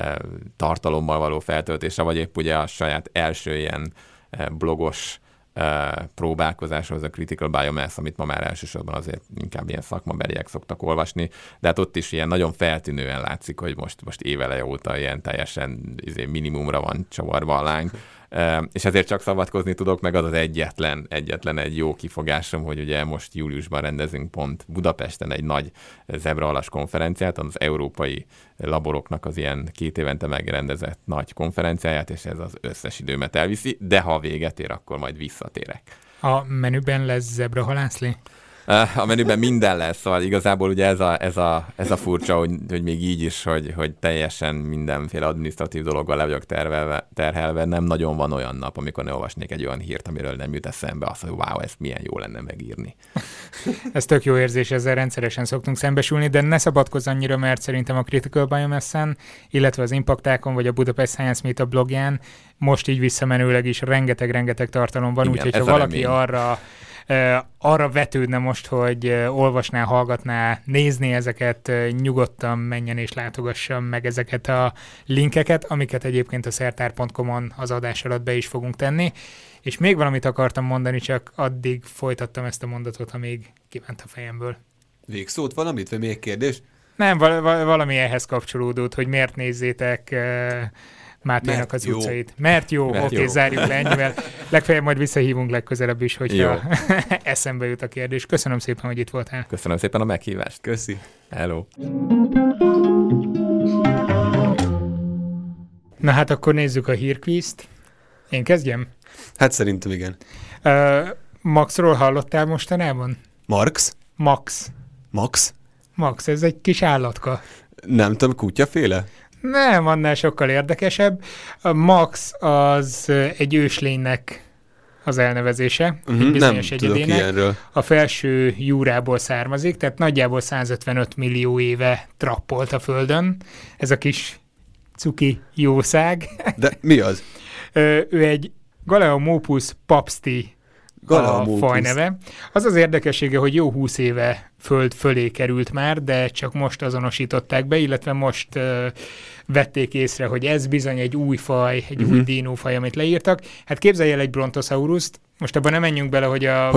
tartalommal való feltöltése, vagy épp ugye a saját első ilyen blogos próbálkozáshoz a Critical Biomass, amit ma már elsősorban azért inkább ilyen szakmabeliek szoktak olvasni, de hát ott is ilyen nagyon feltűnően látszik, hogy most éveleje óta ilyen teljesen minimumra van csavarva a láng, és ezért csak szabadkozni tudok, meg az egyetlen egy jó kifogásom, hogy ugye most júliusban rendezünk pont Budapesten egy nagy zebrahalas konferenciát, az európai laboroknak az ilyen 2 évente megrendezett nagy konferenciáját, és ez az összes időmet elviszi, de ha véget ér, akkor majd visszatérek. A menüben lesz zebrahalászlé? A menüben minden lesz, szóval igazából ugye ez a furcsa, hogy még így is, hogy teljesen mindenféle adminisztratív dologgal le vagyok terhelve, nem nagyon van olyan nap, amikor ne olvasnék egy olyan hírt, amiről nem jut eszembe az, hogy wow, ezt milyen jó lenne megírni. Ez tök jó érzés, ezzel rendszeresen szoktunk szembesülni, de ne szabadkozz annyira, mert szerintem a Critical Biomass-en, illetve az impaktákon, vagy a Budapest Science Meetup blogján most így visszamenőleg is rengeteg tartalom van, úgyhogy ha valaki arra vetődne most, hogy olvasná, hallgatná, nézné ezeket, nyugodtan menjen és látogassam meg ezeket a linkeket, amiket egyébként a szertár.com-on az adás alatt be is fogunk tenni. És még valamit akartam mondani, csak addig folytattam ezt a mondatot, amíg kiment a fejemből. Végszót valamit, vagy még kérdés? Nem, valami ehhez kapcsolódott, hogy miért nézzétek Máténak az utcait. Mert jó, oké, zárjuk le ennyivel. Legfeljebb majd visszahívunk legközelebb is, hogyha eszembe jut a kérdés. Köszönöm szépen, hogy itt voltál. Köszönöm szépen a meghívást. Köszi. Hello. Na hát akkor nézzük a hírkvízt. Én kezdjem? Hát szerintem igen. Maxról hallottál mostanában? Max? Max, ez egy kis állatka. Nem tudom, kutyaféle? Nem, annál sokkal érdekesebb. A Max az egy őslénynek az elnevezése, egy bizonyos egyedének. A felső Júrából származik, tehát nagyjából 155 millió éve trappolt a Földön. Ez a kis cuki jószág. De mi az? Ő egy Galeomopus papsti a fajneve. Az az érdekessége, hogy jó 20 éve Föld fölé került már, de csak most azonosították be, illetve most vették észre, hogy ez bizony egy új faj, egy új dinófaj, amit leírtak. Hát képzelj el egy Brontosaurust, most abban nem menjünk bele, hogy a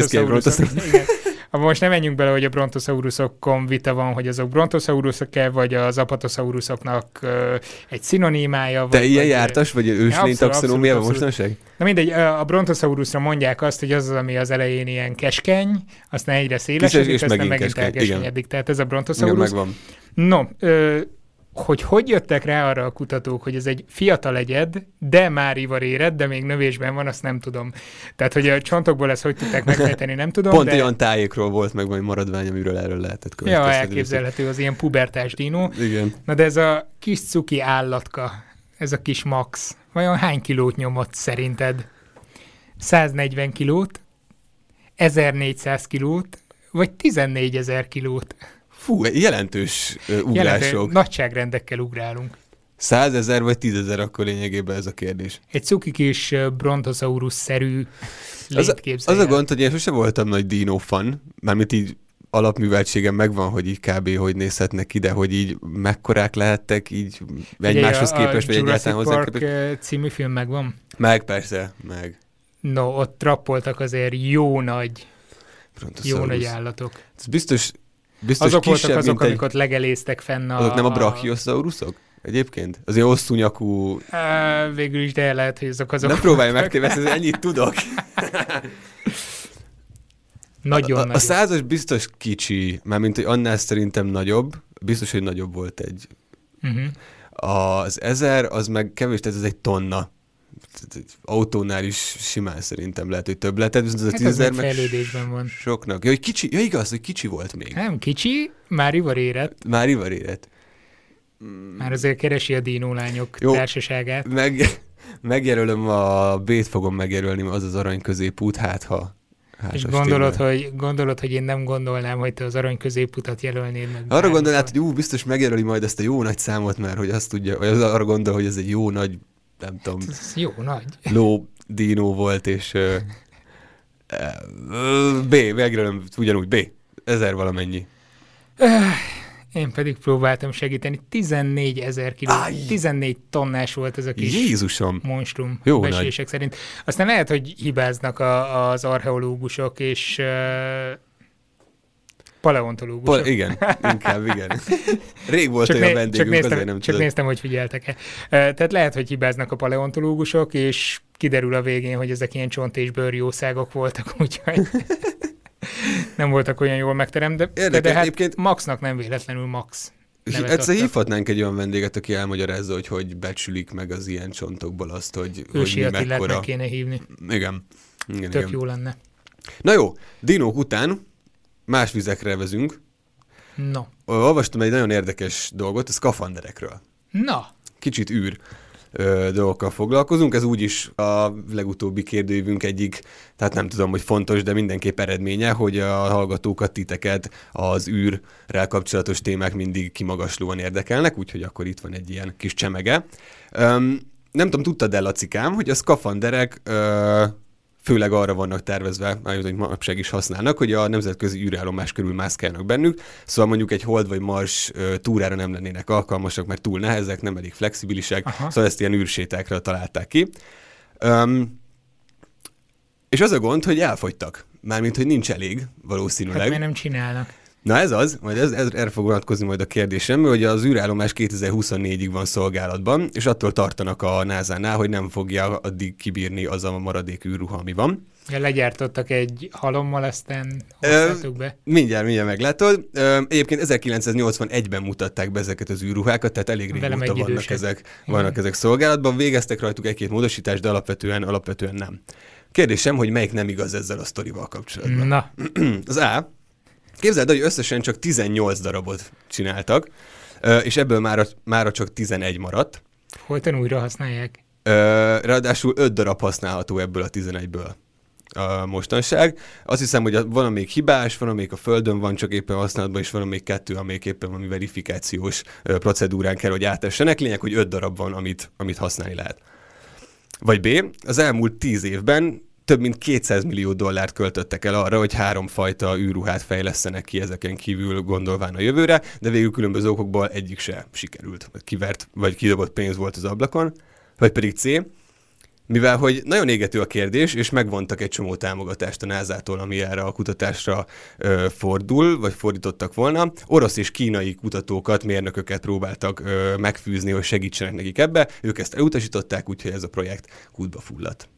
most nem menjünk bele, hogy a Brontosaurusokon vita van, hogy azok Brontosaurusok-e, vagy az Apatosaurusoknak egy szinonimája. Te ilyen jártas, vagy őslény taxonómiában mostanság? Na mindegy, a Brontosaurusra mondják azt, hogy az, ami az elején ilyen keskeny, aztán egyre szélesedik, aztán megint elkeskenyedik. Tehát ez a Brontosaurus. No, hogy jöttek rá arra a kutatók, hogy ez egy fiatal egyed, de már ivaréred, de még növésben van, azt nem tudom. Tehát, hogy a csontokból ezt hogy tudták megfejteni, nem tudom. Pont olyan tájékról volt meg majd maradvány, amiről erről lehetett következtetni. Ja, elképzelhető, az ilyen pubertás dinó. Igen. Na de ez a kis cuki állatka, ez a kis Max, vajon hány kilót nyomott szerinted? 140 kilót, 1400 kilót, vagy 14 000 kilót? Fú, jelentős ugrások. Nagyságrendekkel ugrálunk. 100 000 vagy 10 000 akkor lényegében ez a kérdés. Egy cuki kis Brontosaurus-szerű lényt képzelj. Az a gond, hogy én sose voltam nagy dino fan, mármint így alapműveltségem megvan, hogy így kb. Hogy nézhetnek ide, hogy így mekkorák lehettek így egymáshoz képest, vagy egyáltalán hozzá képest. A Jurassic Park című film megvan? Meg, persze, meg. No, ott trappoltak azért jó nagy állatok. Ez biztos azok voltak azok, amik ott legeléztek fenn azok nem a brachiosaurusok? Egyébként? Az ilyen hosszú nyakú... Végül is, de lehet, hogy azok. Nem próbálj megtéveszteni, ennyit tudok. Nagyon a 100-as biztos kicsi, mármint, hogy annál szerintem nagyobb, biztos, hogy nagyobb volt egy. Az 1000, az meg kevés, tehát ez egy tonna. Egy autónál is simán szerintem lehet, hogy több lehet. Ez a 10.000 meg fejlődésben van. Soknak. Ja, hogy kicsi, ja igaz, hogy kicsi volt még. Nem kicsi, már ivar érett. Már azért keresi a dinólányok társaságát. Megjelölöm a B-t fogom megjelölni, az az Arany középút, hát ha. És gondolod, hogy én nem gondolnám, hogy te az Arany középutat jelölnéd meg. Arra gondolnád, hogy biztos megjelöli majd ezt a jó nagy számot, mert hogy azt tudja, vagy arra gondol, hogy ez egy jó nagy, nem tudom. Ez jó nagy. Ló dínó volt, és B, megjelölöm ugyanúgy, B. 1000 valamennyi. Én pedig próbáltam segíteni. 14 000 kiló, 14 tonnás volt ez a kis Jézusom. monstrum Jó becslések nagy. szerint. Aztán lehet, hogy hibáznak az archeológusok és paleontológusok. Igen, inkább igen. Rég volt olyan vendégünk, azért nem Csak néztem, hogy figyeltek-e. Tehát lehet, hogy hibáznak a paleontológusok, és kiderül a végén, hogy ezek ilyen csont- és bőrjószágok voltak, úgyhogy... nem voltak olyan jól megteremtve, de hát egyébként... Maxnak nem véletlenül Max. Egyszer hívhatnánk egy olyan vendéget, aki elmagyarázza, hogy becsülik meg az ilyen csontokból azt, hogy Ősi Attilát meg kéne hívni. Igen. Tök jó lenne. Na jó, dinók után más vizekre vezünk. No. Olvastam egy nagyon érdekes dolgot, a szkafanderekről. Na. Kicsit dolgokkal foglalkozunk, ez úgyis a legutóbbi kérdőívünk egyik, tehát nem tudom, hogy fontos, de mindenképp eredménye, hogy a hallgatókat, titeket az űrrel kapcsolatos témák mindig kimagaslóan érdekelnek, úgyhogy akkor itt van egy ilyen kis csemege. Nem tudom, tudtad-e, Lacikám, hogy a szkafanderek főleg arra vannak tervezve, hogy manapság is használnak, hogy a nemzetközi űrállomás körül mászkálnak bennük, szóval mondjuk egy Hold vagy Mars túrára nem lennének alkalmasak, mert túl nehezek, nem elég flexibilisek, szóval ezt ilyen űrsétákra találták ki. És az a gond, hogy elfogytak. Mármint, hogy nincs elég, valószínűleg. Hát miért nem csinálnak? Na ez az, majd erre fog vonatkozni majd a kérdésem, hogy az űrállomás 2024-ig van szolgálatban, és attól tartanak a NASA-nál, hogy nem fogja addig kibírni az a maradék űrruha, ami van. Ja, legyártottak egy halommal, aztán hozzátok be. Mindjárt meglátod. Egyébként 1981-ben mutatták be ezeket az űrruhákat, tehát elég régóta vannak ezek szolgálatban. Végeztek rajtuk egy-két módosítást, de alapvetően nem. Kérdésem, hogy melyik nem igaz ezzel a sztorival kapcsolatban. Na. Az A. Képzeld, hogy összesen csak 18 darabot csináltak, és ebből mára csak 11 maradt. Holtan újra használják? Ráadásul 5 darab használható ebből a 11-ből mostanság. Azt hiszem, hogy van amelyik hibás, van amelyik a Földön van, csak éppen használatban, és van amelyik 2, amelyik éppen valami verifikációs procedúrán kell, hogy átessenek. Lényeg, hogy 5 darab van, amit használni lehet. Vagy B. Az elmúlt 10 évben több mint $200 millió költöttek el arra, hogy 3 fajta űrruhát fejlesztenek ki ezeken kívül, gondolván a jövőre, de végül különböző okokból egyik se sikerült. Kivert vagy kidobott pénz volt az ablakon. Vagy pedig C. Mivel hogy nagyon égető a kérdés, és megvontak egy csomó támogatást a NASA-tól, ami erre a kutatásra fordul, vagy fordítottak volna. Orosz és kínai kutatókat, mérnököket próbáltak megfűzni, hogy segítsenek nekik ebbe. Ők ezt elutasították, úgyhogy ez a projekt kútba fulladt.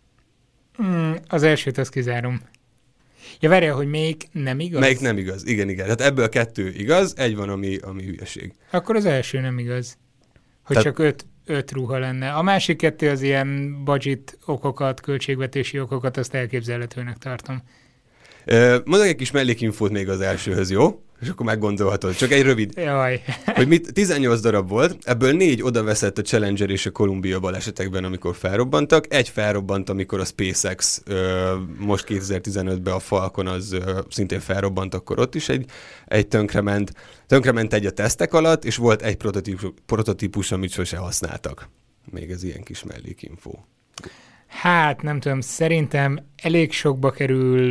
Az elsőt azt kizárom. Ja, várjál, hogy melyik nem igaz? Melyik nem igaz, igen. Tehát ebből 2 igaz, egy van, ami hülyeség. Akkor az első nem igaz. Hogy csak 5 ruha lenne. A másik 2 az ilyen budget okokat, költségvetési okokat, azt elképzelhetőnek tartom. Mondok egy kis mellékinfót még az elsőhöz, jó? És akkor meggondolhatod. Csak egy rövid. Jaj. Hogy 18 darab volt, ebből 4 odaveszett a Challenger és a Columbia balesetekben, amikor felrobbantak. 1 felrobbant, amikor a SpaceX most 2015-ben a Falcon az szintén felrobbant, akkor ott is egy tönkrement. Tönkrement egy a tesztek alatt, és volt egy prototípus, amit sose használtak. Még ez ilyen kis mellékinfó. Hát nem tudom, szerintem elég sokba kerül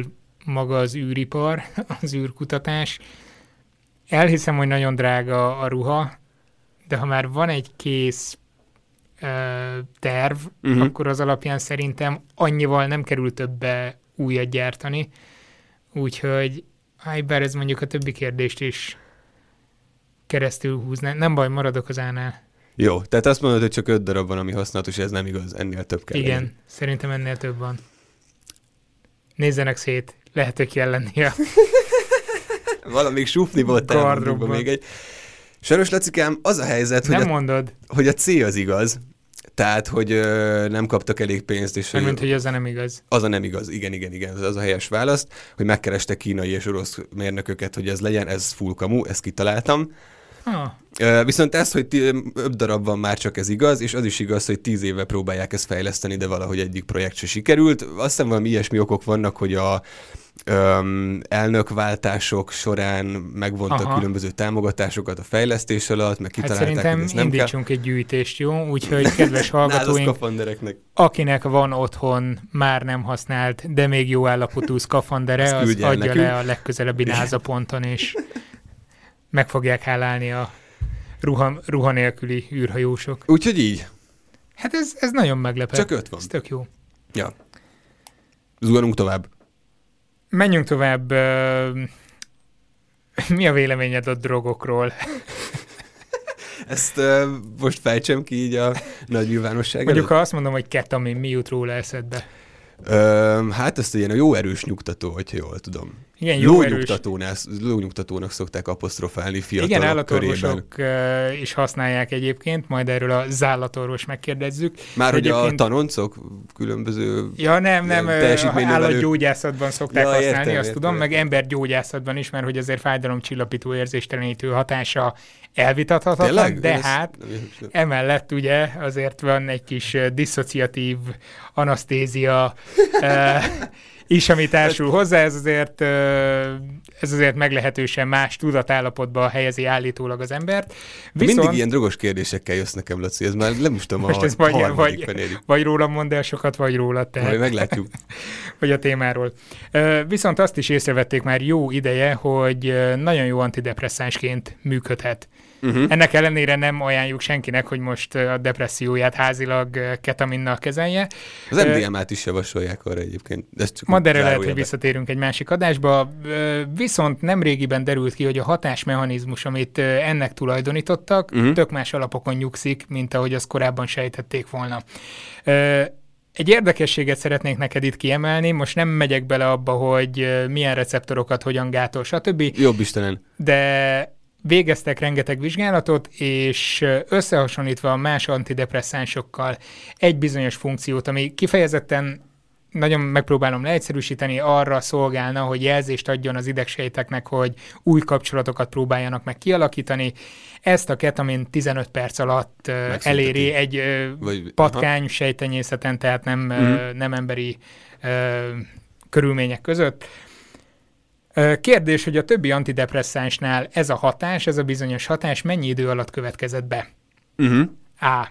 maga az űripar, az űrkutatás. Elhiszem, hogy nagyon drága a ruha, de ha már van egy kész terv, akkor az alapján szerintem annyival nem kerül többe újat gyártani. Úgyhogy, bár ez mondjuk a többi kérdést is keresztül húzná. Nem baj, maradok az A-nál. Jó, tehát azt mondod, hogy csak 5 darab van, ami használatos, ez nem igaz, ennél több kell. Igen, szerintem ennél több van. Nézzenek szét, lehet, hogy kell lennie. Valamíg súfni voltál még egy. Sajnos, Lacikám, az a helyzet, hogy a C az igaz, tehát, hogy nem kaptak elég pénzt. És mint hogy az a nem igaz. Az a nem igaz, igen, az a helyes választ, hogy megkerestek kínai és orosz mérnököket, hogy ez legyen, ez full kamu, ezt kitaláltam. Viszont ez, hogy 5 darab van, már csak ez igaz, és az is igaz, hogy 10 éve próbálják ezt fejleszteni, de valahogy egyik projekt se sikerült. Azt hiszem, valami ilyesmi okok vannak, hogy a elnökváltások során megvontak különböző támogatásokat a fejlesztés alatt, meg kitalálták, hogy ez nem kell. Szerintem indítsunk egy gyűjtést, jó? Úgyhogy kedves hallgatóink, akinek van otthon már nem használt, de még jó állapotú szkafandere, az adja nekünk le a legközelebbi NASA ponton, és meg fogják hálálni a ruha nélküli űrhajósok. Úgyhogy így. Hát ez nagyon meglepő. Csak 5 van. Ez tök jó. Ja. Zuhanunk tovább. Menjünk tovább. Mi a véleményed a drogokról? Ezt most fejtsem ki így a nagy nyilvánosság. Mondjuk, ha azt mondom, hogy ketamin, mi jut róla eszedbe? Hát ezt ilyen a jó erős nyugtató, hogyha jól tudom. Igen, jó lónyugtatónak szokták apostrofálni fiatalok körében. Igen, állatorvosok is használják egyébként, majd erről a zállatorvos megkérdezzük. Már hogy a tanoncok különböző nem, állatgyógyászatban szokták használni, azt tudom, meg embergyógyászatban is, mert hogy azért fájdalomcsillapító, érzéstelenítő hatása elvitathatatlan, de hát emellett ugye azért van egy kis disszociatív anasztézia is, ami társul hozzá, ez azért meglehetősen más tudatállapotba helyezi állítólag az embert. Viszont... Mindig ilyen drogos kérdésekkel jössz nekem, Laci, ez már nem most tudom, vagy rólam mondd el sokat, vagy rólad te. Majd meglátjuk. Vagy a témáról. Viszont azt is észrevették már jó ideje, hogy nagyon jó antidepresszánsként működhet. Ennek ellenére nem ajánljuk senkinek, hogy most a depresszióját házilag ketaminnal kezelje. Az MDMA-t is javasolják arra egyébként. Majd erre lehet, hogy visszatérünk egy másik adásba. Viszont nemrégiben derült ki, hogy a hatásmechanizmus, amit ennek tulajdonítottak, tök más alapokon nyugszik, mint ahogy azt korábban sejtették volna. Egy érdekességet szeretnék neked itt kiemelni, most nem megyek bele abba, hogy milyen receptorokat hogyan gátol, stb. Jobb Istenen. De végeztek rengeteg vizsgálatot, és összehasonlítva a más antidepresszánsokkal egy bizonyos funkciót, ami kifejezetten nagyon megpróbálom leegyszerűsíteni, arra szolgálna, hogy jelzést adjon az idegsejteknek, hogy új kapcsolatokat próbáljanak meg kialakítani. Ezt a ketamin 15 perc alatt eléri egy patkány sejtenyészeten, tehát nem emberi körülmények között. Kérdés, hogy a többi antidepresszánsnál ez a hatás, ez a bizonyos hatás mennyi idő alatt következett be? A.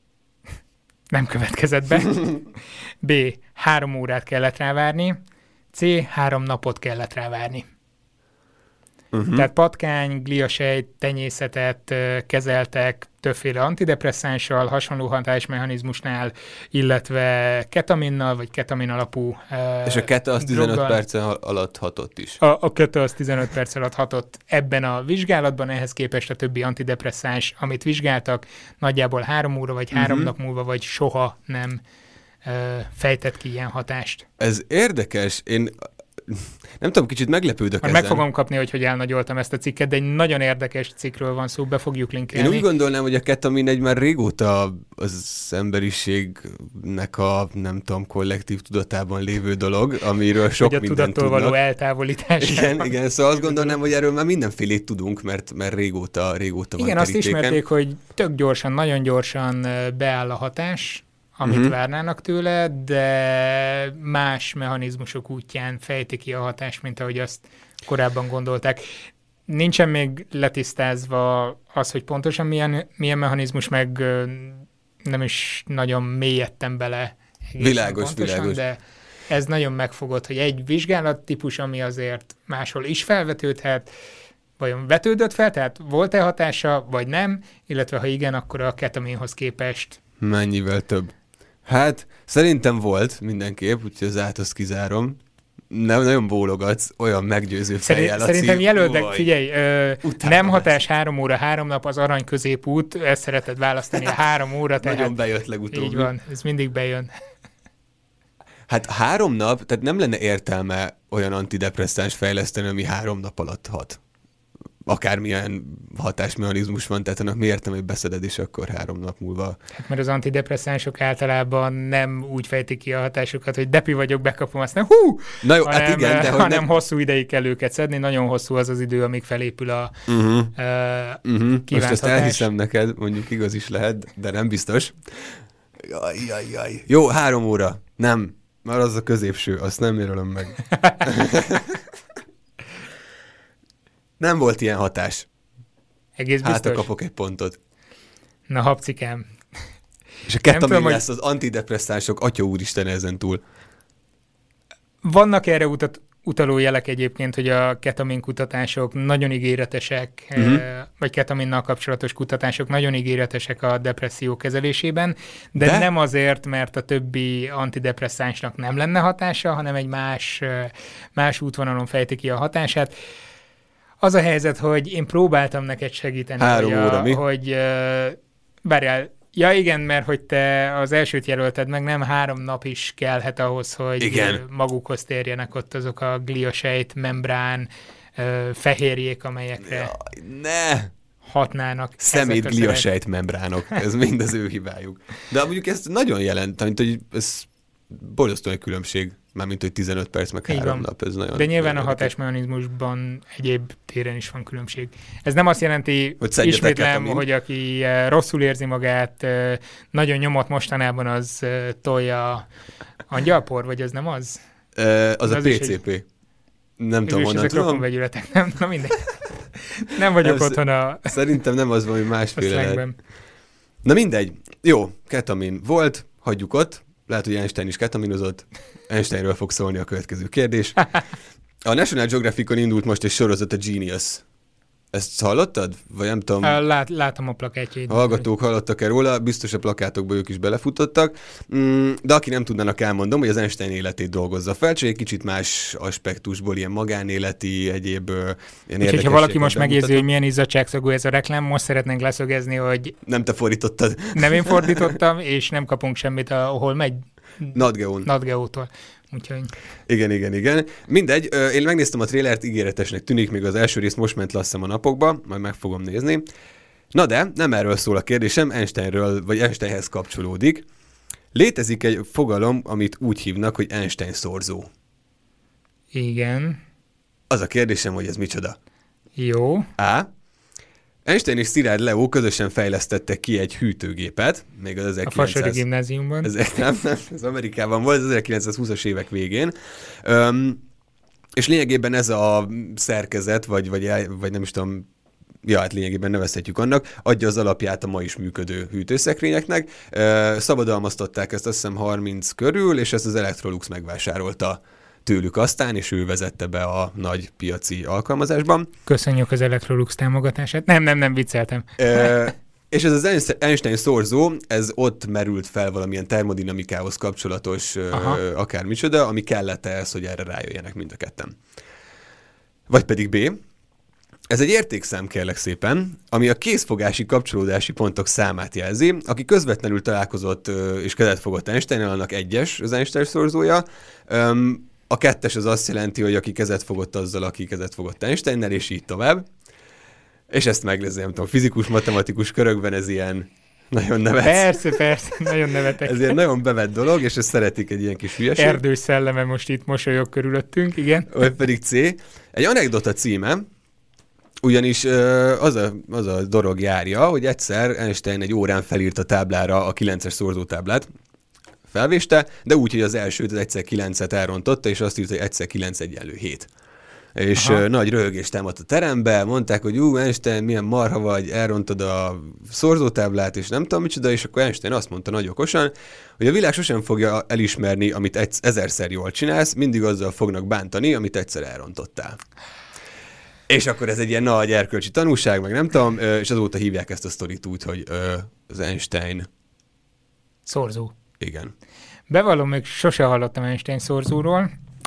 Nem következett be. B. 3 órát kellett rá várni. C. 3 napot kellett rá várni. Tehát patkány, gliasejt, tenyészetet kezeltek többféle antidepresszánssal, hasonló hatásmechanizmusnál, illetve ketaminnal, vagy ketamin alapú és a keta az 15 perc alatt hatott is. A keta az 15 perc alatt hatott ebben a vizsgálatban, ehhez képest a többi antidepresszáns, amit vizsgáltak, nagyjából 3 óra, vagy 3 nap múlva, vagy soha nem fejtett ki ilyen hatást. Ez érdekes. Én nem tudom, kicsit meglepődök ezen. Meg fogom kapni, hogy elnagyoltam ezt a cikket, de egy nagyon érdekes cikkről van szó, be fogjuk linkelni. Én úgy gondolnám, hogy a ketamin egy már régóta az emberiségnek a, nem tudom, kollektív tudatában lévő dolog, amiről sok mindent tudnak. Hogy a tudattól való eltávolítás. Igen, szóval azt gondolnám, hogy erről már mindenfélét tudunk, mert régóta van terítéken. Igen, azt ismerték, hogy tök gyorsan, nagyon gyorsan beáll a hatás, amit várnának tőle, de más mechanizmusok útján fejti ki a hatást, mint ahogy azt korábban gondolták. Nincsen még letisztázva az, hogy pontosan milyen mechanizmus, meg nem is nagyon mélyedtem bele. Világos. De ez nagyon megfogott, hogy egy vizsgálattípus, ami azért máshol is felvetődhet, vajon vetődött fel, tehát volt-e hatása, vagy nem, illetve ha igen, akkor a ketaminhoz képest. Mennyivel több? Hát szerintem volt mindenképp, úgyhogy az azt kizárom. Nem nagyon bólogatsz, olyan meggyőző fejjel a Szerintem jelöldek, figyelj, nem hatás 3 óra, 3 nap az arany középút, ezt szereted választani, 3 óra. Tehát nagyon bejött legutóbb. Így van, ez mindig bejön. Hát 3 nap, tehát nem lenne értelme olyan antidepresszáns fejleszteni, ami 3 nap alatt hat. Akármilyen hatásmechanizmus van, tehát annak mi értem, hogy beszeded, és akkor 3 nap múlva. Hát mert az antidepresszánsok általában nem úgy fejtik ki a hatásukat, hogy depi vagyok, bekapom, aztán na jó, hanem, hát igen, de hanem nem hosszú ideig kell őket szedni, nagyon hosszú az idő, amíg felépül a kívánt most ezt hatás. elhiszem neked, mondjuk igaz is lehet, de nem biztos. Jaj. Jó, 3 óra. Nem, már az a középső, azt nem érölöm meg. Nem volt ilyen hatás. Egész biztos. Hát kapok egy pontot. Na, habcikám. És a ketamin lesz az antidepresszánsok, atya úristen ezen túl. Vannak erre utaló jelek egyébként, hogy a ketamin kutatások nagyon ígéretesek, vagy ketaminnal kapcsolatos kutatások nagyon ígéretesek a depresszió kezelésében, de nem azért, mert a többi antidepresszánsnak nem lenne hatása, hanem egy más útvonalon fejti ki a hatását. Az a helyzet, hogy én próbáltam neked segíteni, 3 óra, mi? hogy várjál, ja igen, mert hogy te az elsőt jelölted meg, nem 3 nap is kellhet ahhoz, hogy magukhoz térjenek ott azok a gliasejt, membrán, fehérjék, amelyekre hatnának. Szemét gliasejt membránok, ez mind az ő hibájuk. De mondjuk ezt nagyon jelent, hogy ez borzasztóan egy különbség. Mármint, hogy 15 perc, meg 3 nap. Ez nagyon, de nyilván a hatásmechanizmusban egyéb téren is van különbség. Ez nem azt jelenti, hogy ismétlem, hogy aki rosszul érzi magát, nagyon nyomott mostanában, az tolja angyalpor, vagy ez nem az? Az a PCP. Nem tudom, honnan tudom. Rokonvegyületek, nem, na mindegy. Nem vagyok otthon a... Szerintem nem az valami másféle lehet. Na mindegy. Jó, ketamin volt, hagyjuk ott. Lehet, hogy Einstein is ketaminozott. Einsteinről fog szólni a következő kérdés. A National Geographicon indult most egy sorozat, a Genius. Ezt hallottad? Vagy nem tudom. Látom a plakátjait. A hallgatók hallottak-e róla, biztos a plakátokba ők is belefutottak. De aki nem tudnának, elmondom, hogy az Einstein életét dolgozza fel, csak egy kicsit más aspektusból, ilyen magánéleti, egyéb ilyen érdekességek. És ha valaki most megérzi, hogy milyen izzadságszagú ez a reklám, most szeretnénk leszögezni, hogy... Nem te fordítottad. Nem én fordítottam, és nem kapunk semmit, ahol megy. NatGeo-tól. Úgyhogy... Igen. Mindegy, én megnéztem a trélert, ígéretesnek tűnik, még az első rész most ment lasszem a napokba, majd meg fogom nézni. Na de, nem erről szól a kérdésem, Einsteinről, vagy Einsteinhez kapcsolódik. Létezik egy fogalom, amit úgy hívnak, hogy Einstein szorzó. Igen. Az a kérdésem, hogy ez micsoda? Jó. A. Einstein és Szilárd Leó közösen fejlesztettek ki egy hűtőgépet, még az 1900... A Fasori gimnáziumban. Ez Amerikában volt, az 1920-as évek végén. És lényegében ez a szerkezet, vagy nem is tudom, hát lényegében nevezhetjük annak, adja az alapját a ma is működő hűtőszekrényeknek. Szabadalmaztatták ezt azt hiszem 30 körül, és ezt az Electrolux megvásárolta tőlük aztán, és ő vezette be a nagy piaci alkalmazásban. Köszönjük az Electrolux támogatását. Nem, vicceltem. És ez az Einstein szorzó, ez ott merült fel valamilyen termodinamikához kapcsolatos akármicsoda, ami kellett ehhez, hogy erre rájöjjenek mind a ketten. Vagy pedig B. Ez egy értékszám, kérlek szépen, ami a készfogási kapcsolódási pontok számát jelzi. Aki közvetlenül találkozott és kezet fogott Einsteinnel, annak 1-es az Einstein szorzója. A 2-es az azt jelenti, hogy aki kezet fogott azzal, aki kezet fogott Einsteinnel, és így tovább. És ezt nem tudom, fizikus-matematikus körökben ez ilyen nagyon nevetsz. Persze, nagyon nevetek. Ez ilyen nagyon bevett dolog, és ezt szeretik egy ilyen kis hülyeség. Erdős szelleme most itt mosolyog körülöttünk, igen. Vagy pedig C. Egy anekdota címe, ugyanis az a dolog járja, hogy egyszer Einstein egy órán felírt a táblára a 9-es szorzótáblát, felvéste, de úgy, hogy az elsőt, az 1x9-et elrontotta, és azt írta, hogy 1x9 egyenlő 7. És nagy röhögés támadt a terembe, mondták, hogy Einstein, milyen marha vagy, elrontod a szorzótáblát, és nem tudom micsoda, és akkor Einstein azt mondta nagy okosan, hogy a világ sosem fogja elismerni, amit ezerszer jól csinálsz, mindig azzal fognak bántani, amit egyszer elrontottál. És akkor ez egy ilyen nagy erkölcsi tanulság, meg nem tudom, és azóta hívják ezt a sztorit úgy, hogy az Einstein... Szorzó. Igen. Bevallom, még sose hallottam Einstein szorzóról.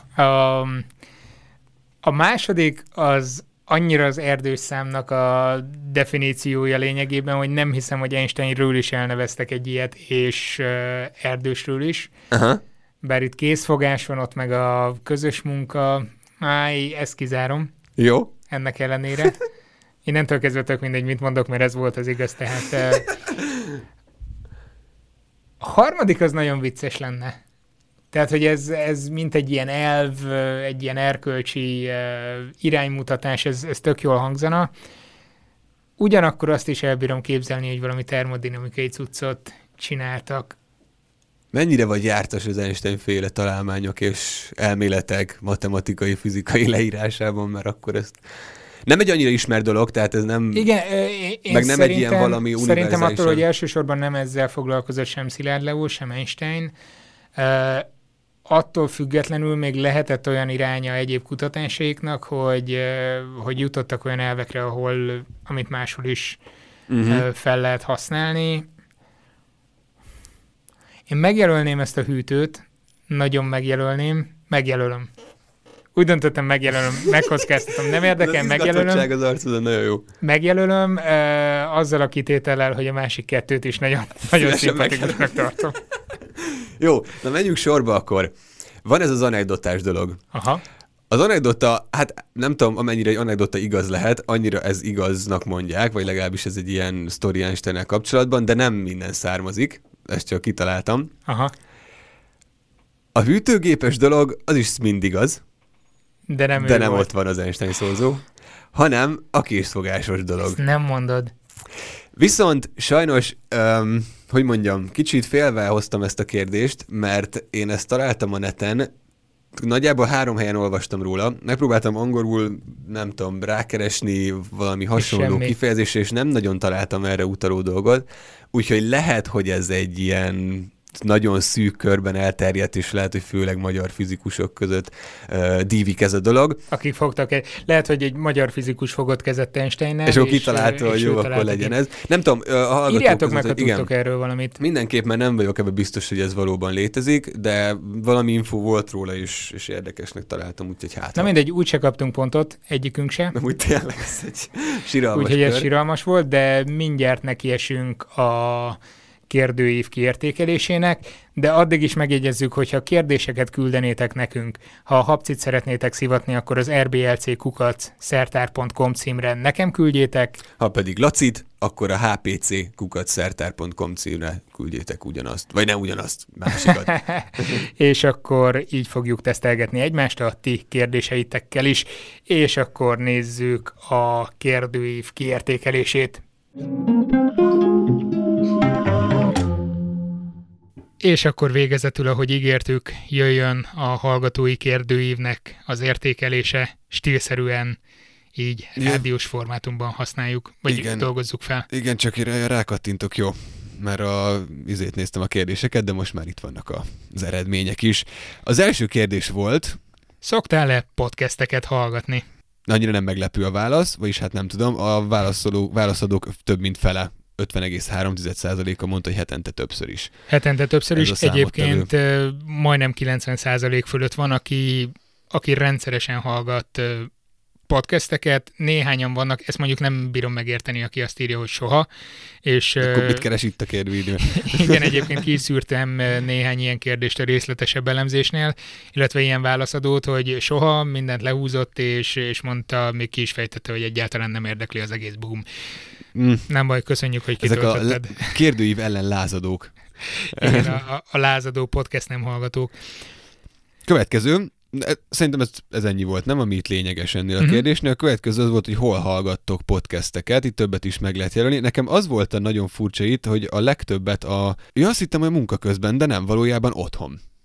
A második az annyira az erdős számnak a definíciója lényegében, hogy nem hiszem, hogy Einsteinről is elneveztek egy ilyet, és erdősről is. Aha. Bár itt készfogás van, ott meg a közös munka. Ezt kizárom. Jó. Ennek ellenére. Innentől kezdve tök mindegy, mit mondok, mert ez volt az igaz, tehát... A harmadik az nagyon vicces lenne. Tehát, hogy ez mint egy ilyen elv, egy ilyen erkölcsi iránymutatás, ez tök jól hangzana. Ugyanakkor azt is elbírom képzelni, hogy valami termodinamikai cuccot csináltak. Mennyire vagy jártas az Einstein-féle találmányok és elméletek matematikai, fizikai leírásában, mert akkor ezt... Nem egy annyira ismert dolog, tehát ez nem... Igen, én meg nem egy ilyen valami univerzálisan... Szerintem attól, hogy elsősorban nem ezzel foglalkozott sem Szilárd Leó, sem Einstein, attól függetlenül még lehetett olyan iránya egyéb kutatásaiknak, hogy jutottak olyan elvekre, amit máshol is fel lehet használni. Én megjelölném ezt a hűtőt, nagyon megjelölöm. Úgy döntöttem, megjelölöm, megkockáztatom, nem érdekel, megjelölöm. Az arcodon nagyon jó. Megjelölöm, azzal a kitétellel, hogy a másik kettőt is nagyon, nagyon szimpatikusnak tartom. Jó, na menjünk sorba akkor. Van ez az anekdotás dolog. Aha. Az anekdota, hát nem tudom, amennyire egy anekdota igaz lehet, annyira ez igaznak mondják, vagy legalábbis ez egy ilyen sztori Einsteinnel kapcsolatban, de nem minden származik, ezt csak kitaláltam. Aha. A hűtőgépes dolog, az is mind igaz, de nem ott van az Einstein szorzó, hanem a készfogásos dolog. Ezt nem mondod. Viszont sajnos, hogy mondjam, kicsit félve hoztam ezt a kérdést, mert én ezt találtam a neten, nagyjából 3 helyen olvastam róla, megpróbáltam angolul, nem tudom, rákeresni valami hasonló kifejezésre, és nem nagyon találtam erre utaló dolgot, úgyhogy lehet, hogy ez egy ilyen nagyon szűk körben elterjedt, és lehet, hogy főleg magyar fizikusok között dívik ez a dolog. Akik fogtak, lehet, hogy egy magyar fizikus fogott kezet Einsteinnel, és akkor kitalálta, hogy jó, akkor legyen ez. Nem tudom, írjátok meg, ha tudtok erről valamit. Mindenképp, mert nem vagyok ebben biztos, hogy ez valóban létezik, de valami info volt róla, és érdekesnek találtam, úgyhogy hát. Na mindegy, úgyse kaptunk pontot, egyikünk se. Nem úgy tényleg, ez egy siralmas úgyhogy ez siralmas volt, de mindjárt nekiesünk a kérdőív kiértékelésének, de addig is megjegyezzük, hogyha kérdéseket küldenétek nekünk, ha a habcit szeretnétek szivatni, akkor az rblc@szertár.com címre nekem küldjétek. Ha pedig Lacit, akkor a hpc@szertár.com címre küldjétek ugyanazt, vagy nem ugyanazt, másikat. És akkor így fogjuk tesztelgetni egymást a ti kérdéseitekkel is, és akkor nézzük a kérdőív kiértékelését. És akkor végezetül, ahogy ígértük, jöjjön a hallgatói kérdőívnek az értékelése, stílszerűen így rádiós formátumban használjuk, vagy igen, dolgozzuk fel. Igen, csak rákattintok, jó, mert néztem a kérdéseket, de most már itt vannak az eredmények is. Az első kérdés volt... Szoktál-e podcasteket hallgatni? Annyira nem meglepő a válasz, vagyis hát nem tudom, a válaszadók több mint fele, 50,3%-a mondta, hogy hetente többször is. Hetente többször is, egyébként majdnem 90% fölött van, aki rendszeresen hallgat podcasteket, néhányan vannak, ezt mondjuk nem bírom megérteni, aki azt írja, hogy soha. És, akkor mit keres itt a kérdőívben? Igen, egyébként kiszűrtem néhány ilyen kérdést a részletesebb elemzésnél, illetve ilyen válaszadót, hogy soha mindent lehúzott, és mondta, még ki is fejtette, hogy egyáltalán nem érdekli az egész boom. Nem baj, köszönjük, hogy kitöltötted. Ezek a kérdőív ellen lázadók. Igen, a lázadó podcast nem hallgatók. Következő, szerintem ez ennyi volt, nem, ami itt lényeges ennél a kérdésnél. A következő az volt, hogy hol hallgattok podcasteket, itt többet is meg lehet jelölni. Nekem az volt a nagyon furcsa itt, hogy a legtöbbet azt hittem, hogy munka közben, de nem, valójában otthon.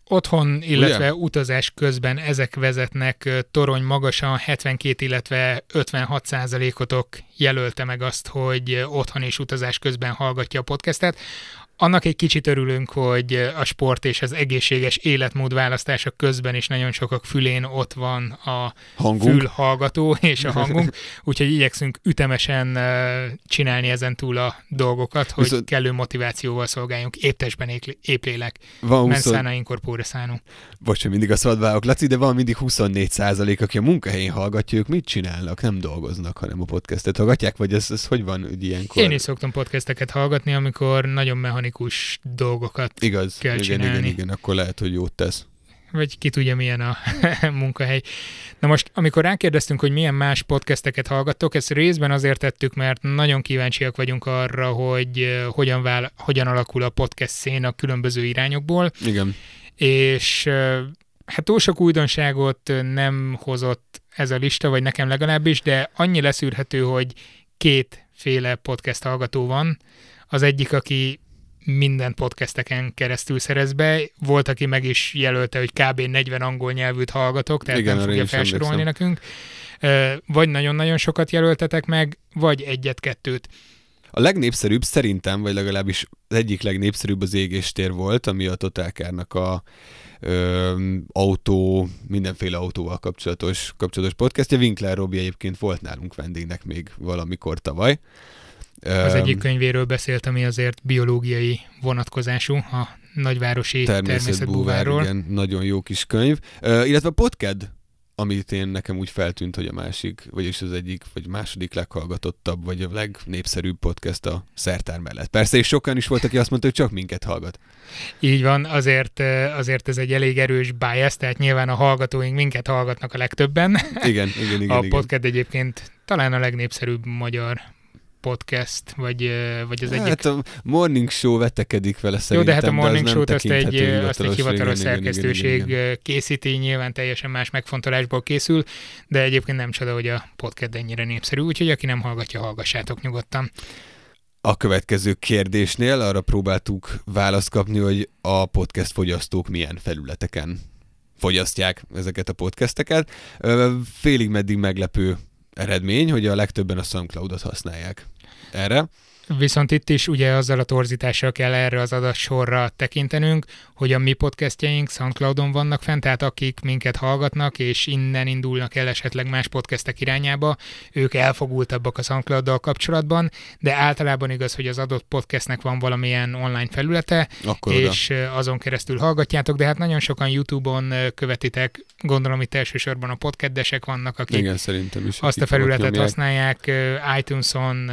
Otthon, illetve utazás közben ezek vezetnek torony magasan, 72, illetve 56%-otok jelölte meg azt, hogy otthon és utazás közben hallgatja a podcastet. Annak egy kicsit örülünk, hogy a sport és az egészséges életmód választása közben is nagyon sokak fülén ott van a fülhallgató és a hangunk, úgyhogy igyekszünk ütemesen csinálni ezen túl a dolgokat, hogy kellő motivációval szolgáljunk. Épp testben, épp lélek. Mens sana in corpore sano. Bocs, mindig a szabadvágok, Laci, de van mindig 24%, aki a munkahelyén hallgatja, ők mit csinálnak? Nem dolgoznak, hanem a podcastet hallgatják, vagy ez hogy van ilyenkor? Én is szoktam podcasteket hallgatni, amikor nagyon mechanikus dolgokat kell csinálni. Igen, akkor lehet, hogy jót tesz. Vagy ki tudja, milyen a munkahely. Na most, amikor rákérdeztünk, hogy milyen más podcasteket hallgattok, ezt részben azért tettük, mert nagyon kíváncsiak vagyunk arra, hogy hogyan alakul a podcast szén a különböző irányokból. Igen. És hát túl sok újdonságot nem hozott ez a lista, vagy nekem legalábbis, de annyi leszűrhető, hogy kétféle podcast hallgató van. Az egyik, aki minden podcasteken keresztül szerez be. Volt, aki meg is jelölte, hogy kb. 40 angol nyelvűt hallgatok, tehát igen, nem fogja felsorolni nekünk. Vagy nagyon-nagyon sokat jelöltetek meg, vagy egyet-kettőt. A legnépszerűbb szerintem, vagy legalábbis az egyik legnépszerűbb az Égéstér volt, ami a Total Car-nak a mindenféle autóval kapcsolatos podcastja. Winkler Robi egyébként volt nálunk vendégnek még valamikor tavaly. Az egyik könyvéről beszélt, ami azért biológiai vonatkozású, a nagyvárosi természetbúvárról. Igen, nagyon jó kis könyv. Illetve a podcast, amit nekem úgy feltűnt, hogy a másik, vagyis az egyik, vagy második leghallgatottabb, vagy a legnépszerűbb podcast a Szertár mellett. Persze, és sokan is volt, aki azt mondta, hogy csak minket hallgat. Így van, azért ez egy elég erős bias, tehát nyilván a hallgatóink minket hallgatnak a legtöbben. Igen. A podcast egyébként talán a legnépszerűbb magyar podcast, vagy az egyik... Hát a Morning Show vetekedik vele szerintem. Jó, de hát a Morning Show-t azt egy hivatalos szerkesztőség készíti, nyilván teljesen más megfontolásból készül, de egyébként nem csoda, hogy a podcast ennyire népszerű, úgyhogy aki nem hallgatja, hallgassátok nyugodtan. A következő kérdésnél arra próbáltuk választ kapni, hogy a podcast fogyasztók milyen felületeken fogyasztják ezeket a podcasteket. Félig meddig meglepő eredmény, hogy a legtöbben a SoundCloud-ot használják erre. Viszont itt is ugye azzal a torzítással kell erre az adatsorra tekintenünk, hogy a mi podcastjaink SoundCloudon vannak fent, tehát akik minket hallgatnak, és innen indulnak el esetleg más podcastek irányába, ők elfogultabbak a SoundCloud-dal kapcsolatban, de általában igaz, hogy az adott podcastnek van valamilyen online felülete, akkor és azon keresztül hallgatjátok, de hát nagyon sokan YouTube-on követitek, gondolom itt elsősorban a podcastesek vannak, akik igen, szerintem is, azt a felületet használják, iTunes-on,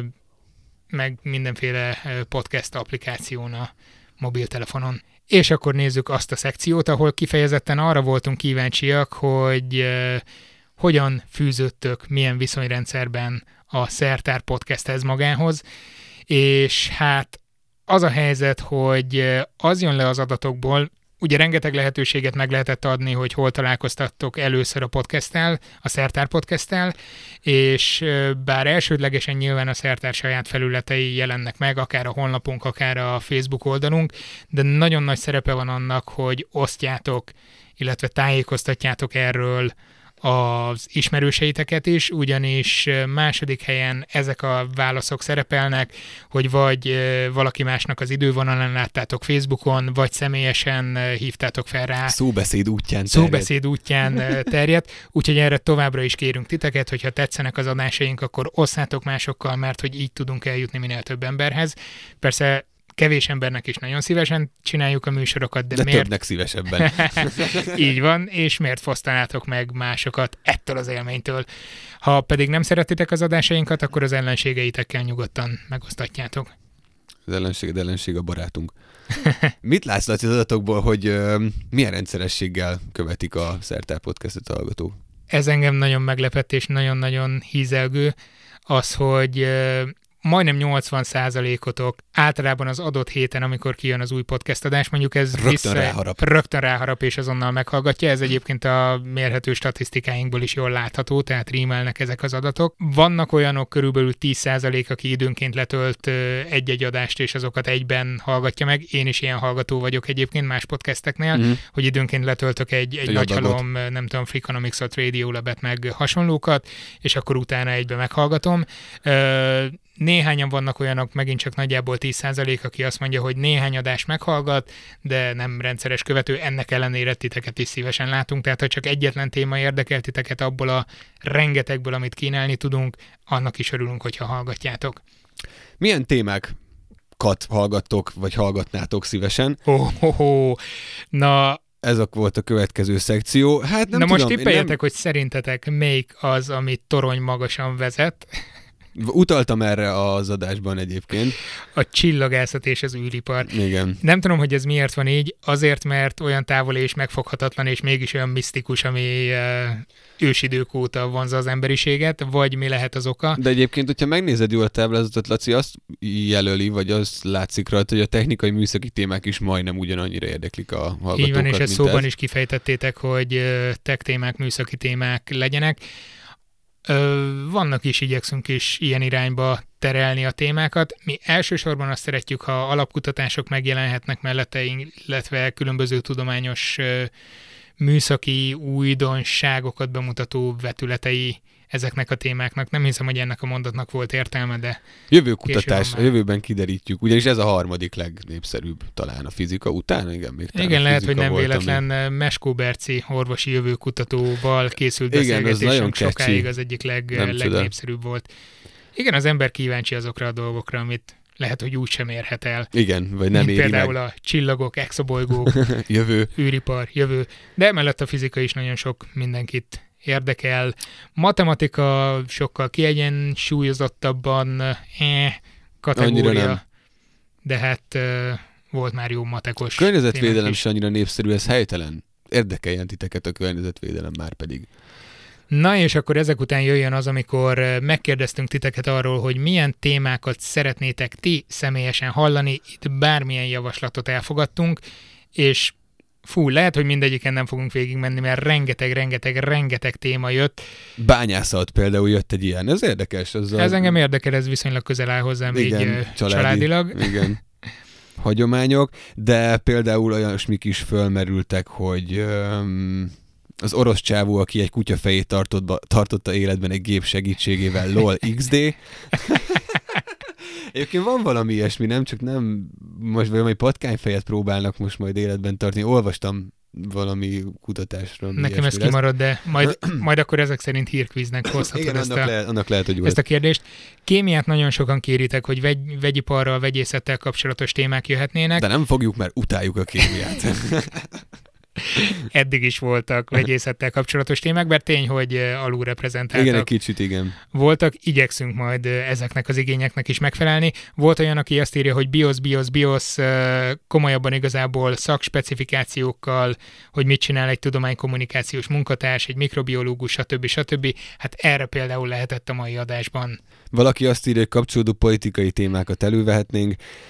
meg mindenféle podcast applikáción a mobiltelefonon. És akkor nézzük azt a szekciót, ahol kifejezetten arra voltunk kíváncsiak, hogy hogyan fűződtök, milyen viszonyrendszerben a Szertár podcasthez magához, és hát az a helyzet, hogy az jön le az adatokból, ugye rengeteg lehetőséget meg lehetett adni, hogy hol találkoztattok először a podcasttel, a Szertár podcasttel, és bár elsődlegesen nyilván a Szertár saját felületei jelennek meg, akár a honlapunk, akár a Facebook oldalunk, de nagyon nagy szerepe van annak, hogy osztjátok, illetve tájékoztatjátok erről az ismerőseiteket is, ugyanis második helyen ezek a válaszok szerepelnek, hogy vagy valaki másnak az idővonalán láttátok Facebookon, vagy személyesen hívtátok fel rá. Szóbeszéd útján terjedt, úgyhogy erre továbbra is kérünk titeket, hogyha tetszenek az adásaink, akkor osszátok másokkal, mert hogy így tudunk eljutni minél több emberhez. Persze kevés embernek is nagyon szívesen csináljuk a műsorokat, de miért? Többnek szívesebben. Így van, és miért fosztanátok meg másokat ettől az élménytől? Ha pedig nem szeretitek az adásainkat, akkor az ellenségeitekkel nyugodtan megosztatjátok. Az ellenség a barátunk. Mit látsz az adatokból, hogy milyen rendszerességgel követik a Szertár podcastet hallgatók? Ez engem nagyon meglepett, és nagyon-nagyon hízelgő az, hogy majdnem 80%-otok általában az adott héten, amikor kijön az új podcast adás, mondjuk ez rögtön ráharap és azonnal meghallgatja. Ez egyébként a mérhető statisztikáinkból is jól látható, tehát rímelnek ezek az adatok. Vannak olyanok körülbelül 10%, aki időnként letölt egy-egy adást, és azokat egyben hallgatja meg. Én is ilyen hallgató vagyok egyébként más podcasteknél, hogy időnként letöltök egy nagy halom, nem tudom, Freakonomics-ot, Radiolabet, meg hasonlókat, és akkor utána egybe meghallgatom. Néhányan vannak olyanok, megint csak nagyjából 10%, aki azt mondja, hogy néhány adást meghallgat, de nem rendszeres követő, ennek ellenére titeket is szívesen látunk, tehát ha csak egyetlen téma érdekel titeket abból a rengetegből, amit kínálni tudunk, annak is örülünk, hogyha hallgatjátok. Milyen témákat hallgattok, vagy hallgatnátok szívesen? Na... Ez volt a következő szekció. Hát nem Na tudom, most tippeljetek, hogy szerintetek melyik az, amit torony magasan vezet. Utaltam erre az adásban egyébként. A csillagászat és az űripar. Igen. Nem tudom, hogy ez miért van így, azért, mert olyan távoli és megfoghatatlan, és mégis olyan misztikus, ami ősidők óta vonzza az emberiséget, vagy mi lehet az oka. De egyébként, hogyha megnézed jól a táblázatot, Laci, azt jelöli, vagy az látszik rajta, hogy a technikai műszaki témák is majdnem ugyanannyira érdeklik a hallgatókat. Így van, és ezt szóban is kifejtettétek, hogy tech témák, műszaki témák legyenek. Vannak is, igyekszünk is ilyen irányba terelni a témákat. Mi elsősorban azt szeretjük, ha alapkutatások megjelenhetnek mellette, illetve különböző tudományos műszaki újdonságokat bemutató vetületei ezeknek a témáknak. Nem hiszem, hogy ennek a mondatnak volt értelme, de... Jövőkutatás, a jövőben kiderítjük. Ugyanis ez a harmadik legnépszerűbb talán a fizika után. Igen, lehet, hogy nem véletlen Meskó Berci orvosi jövőkutatóval készült beszélgetésünk sokáig az egyik legnépszerűbb volt. Igen, az ember kíváncsi azokra a dolgokra, amit lehet, hogy úgy sem érhet el. Igen, vagy nem éri például meg. A csillagok, exobolygók, űripar, jövő. De emellett a fizika is nagyon sok mindenkit érdekel. Matematika sokkal kiegyensúlyozottabban kategória, de hát volt már jó matekos. Környezetvédelem is annyira népszerű, ez helytelen. Érdekeljen titeket a környezetvédelem már pedig. Na és akkor ezek után jöjjön az, amikor megkérdeztünk titeket arról, hogy milyen témákat szeretnétek ti személyesen hallani. Itt bármilyen javaslatot elfogadtunk, és lehet, hogy mindegyiken nem fogunk végigmenni, mert rengeteg téma jött. Bányászat például jött egy ilyen, ez érdekes. Ez engem érdekel, ez viszonylag közel áll hozzám, igen, így családilag. Igen, hagyományok, de például olyasmik is fölmerültek, hogy az orosz csávó, aki egy kutyafejét tartotta életben egy gép segítségével, lol XD. Egyébként van valami ilyesmi, nem most valami patkányfejet próbálnak most majd életben tartani. Olvastam valami kutatásról. Nekem ez kimarad, de majd akkor ezek szerint hírkvíznek hozhatod. Igen, annak lehet, hogy ezt a kérdést. Kémiát nagyon sokan kéritek, hogy vegyiparral, vegyészettel kapcsolatos témák jöhetnének. De nem fogjuk, mert utáljuk a kémiát. Eddig is voltak vegyészettel kapcsolatos témák, bár tény, hogy alulreprezentáltak. Igen, egy kicsit, igen. Voltak, igyekszünk majd ezeknek az igényeknek is megfelelni. Volt olyan, aki azt írja, hogy BIOS, komolyabban igazából szakspecifikációkkal, hogy mit csinál egy tudománykommunikációs munkatárs, egy mikrobiológus, stb. Hát erre például lehetett a mai adásban. Valaki azt írja, hogy kapcsolódó politikai témákat elővehetnénk.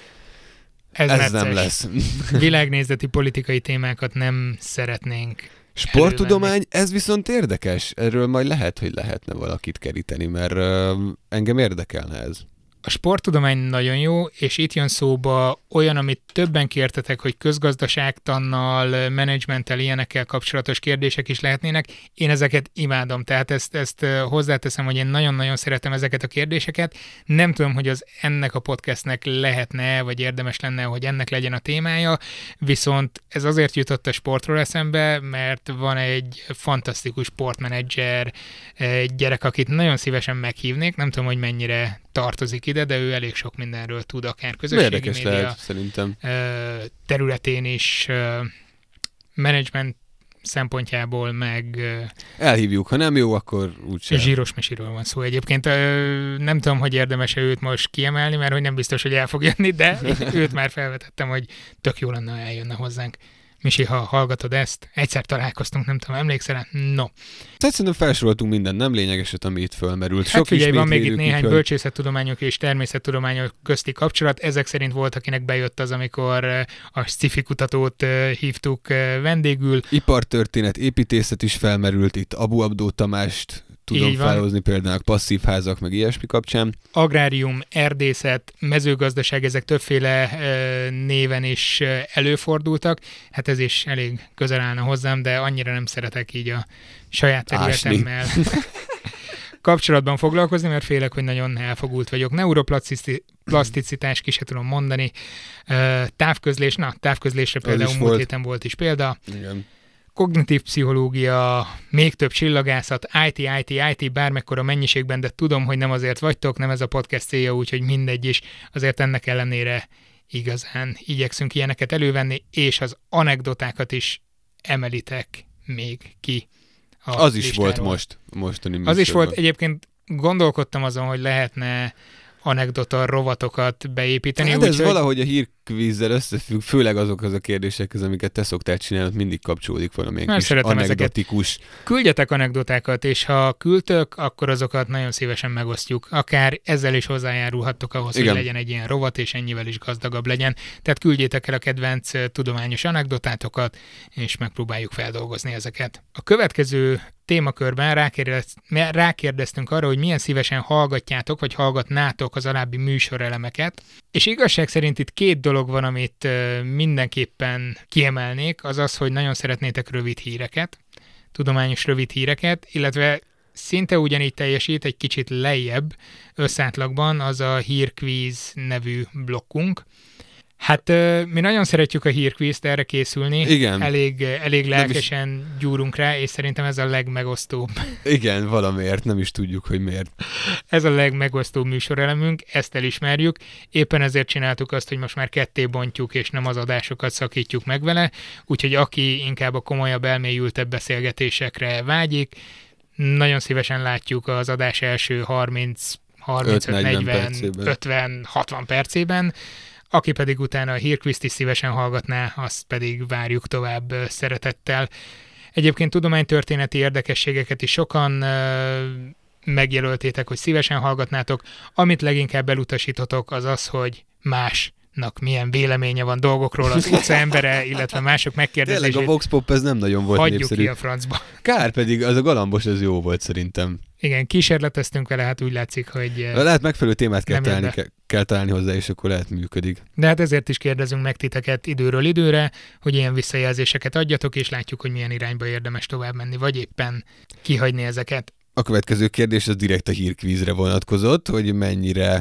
Ez nem lesz. Világnézeti politikai témákat nem szeretnénk. Sporttudomány, ez viszont érdekes. Erről majd lehet, hogy lehetne valakit keríteni, mert engem érdekelne ez. A sporttudomány nagyon jó, és itt jön szóba olyan, amit többen kértetek, hogy közgazdaságtannal, menedzsmenttel, ilyenekkel kapcsolatos kérdések is lehetnének. Én ezeket imádom, tehát ezt hozzáteszem, hogy én nagyon-nagyon szeretem ezeket a kérdéseket. Nem tudom, hogy az ennek a podcastnek lehetne, vagy érdemes lenne, hogy ennek legyen a témája, viszont ez azért jutott a sportról eszembe, mert van egy fantasztikus sportmenedzser, egy gyerek, akit nagyon szívesen meghívnék, nem tudom, hogy mennyire tartozik ide, de ő elég sok mindenről tud, akár közösségi média lehet, szerintem. Területén is, menedzsment szempontjából, meg... Elhívjuk, ha nem jó, akkor úgysem. Zsíros mesiről van szó egyébként. Nem tudom, hogy érdemes-e őt most kiemelni, mert hogy nem biztos, hogy el fog jönni, de őt már felvetettem, hogy tök jó lenne, ha eljönne hozzánk. Misi, ha hallgatod ezt, egyszer találkoztunk, nem tudom, emlékszel? No. Tehát szerintem felsoroltunk minden nem lényegeset, ami itt fölmerült. Hát figyelj, van még itt néhány bölcsészettudományok és természettudományok közti kapcsolat. Ezek szerint volt, akinek bejött az, amikor a sci-fi kutatót hívtuk vendégül. Ipartörténet, építészet is felmerült itt. Abu Abdó Tamást tudom felhozni például passzív házak, meg ilyesmi kapcsán. Agrárium, erdészet, mezőgazdaság, ezek többféle néven is előfordultak. Hát ez is elég közel állna hozzám, de annyira nem szeretek így a saját területemmel kapcsolatban foglalkozni, mert félek, hogy nagyon elfogult vagyok. Neuroplaszticitás, ki se tudom mondani. Távközlésre például múlt héten volt is példa. Igen. Kognitív pszichológia, még több csillagászat, IT, bármekkora mennyiségben, de tudom, hogy nem azért vagytok, nem ez a podcast célja, úgyhogy mindegy is. Azért ennek ellenére igazán igyekszünk ilyeneket elővenni, és az anekdotákat is emelitek még ki. Az is volt mostani műsorban. Az is volt, egyébként gondolkodtam azon, hogy lehetne anekdota rovatokat beépíteni. Hát ez valahogy a hírkvízzel összefügg, főleg azok az a kérdésekhez, amiket te szoktál csinálni, mindig kapcsolódik valamilyen kis anekdotikus. Ezeket. Küldjetek anekdotákat, és ha küldtök, akkor azokat nagyon szívesen megosztjuk. Akár ezzel is hozzájárulhattok ahhoz, igen, hogy legyen egy ilyen rovat, és ennyivel is gazdagabb legyen. Tehát küldjétek el a kedvenc tudományos anekdotátokat, és megpróbáljuk feldolgozni ezeket. A következő témakörben rákérdeztünk arra, hogy milyen szívesen hallgatjátok, vagy hallgatnátok az alábbi műsorelemeket. És igazság szerint itt két dolog van, amit mindenképpen kiemelnék, az az, hogy nagyon szeretnétek rövid híreket, tudományos rövid híreket, illetve szinte ugyanígy teljesít, egy kicsit lejjebb összátlagban az a hírkvíz nevű blokkunk. Hát mi nagyon szeretjük a hírkvízt, erre készülni. Igen. Elég lelkesen gyúrunk rá, és szerintem ez a legmegosztóbb. Igen, valamiért, nem is tudjuk, hogy miért. Ez a legmegosztóbb műsorelemünk, ezt elismerjük. Éppen ezért csináltuk azt, hogy most már ketté bontjuk, és nem az adásokat szakítjuk meg vele. Úgyhogy aki inkább a komolyabb, elmélyültebb beszélgetésekre vágyik, nagyon szívesen látjuk az adás első 30-40-50-60 percében. Aki pedig utána a hírkvízt is szívesen hallgatná, azt pedig várjuk tovább szeretettel. Egyébként tudománytörténeti érdekességeket is sokan megjelöltétek, hogy szívesen hallgatnátok. Amit leginkább elutasítotok, az az, hogy másnak milyen véleménye van dolgokról az utca embere, illetve mások megkérdezését. Tényleg a Vox Pop ez nem nagyon volt hagyjuk népszerű. Ki a francba. Kár pedig, az a galambos, ez jó volt szerintem. Igen, kísérleteztünk vele, hát úgy látszik, hogy lehet megfelelő témát kell találni hozzá, és akkor lehet működik. De hát ezért is kérdezünk meg titeket időről időre, hogy ilyen visszajelzéseket adjatok, és látjuk, hogy milyen irányba érdemes tovább menni, vagy éppen kihagyni ezeket. A következő kérdés az direkt a hírkvízre vonatkozott, hogy mennyire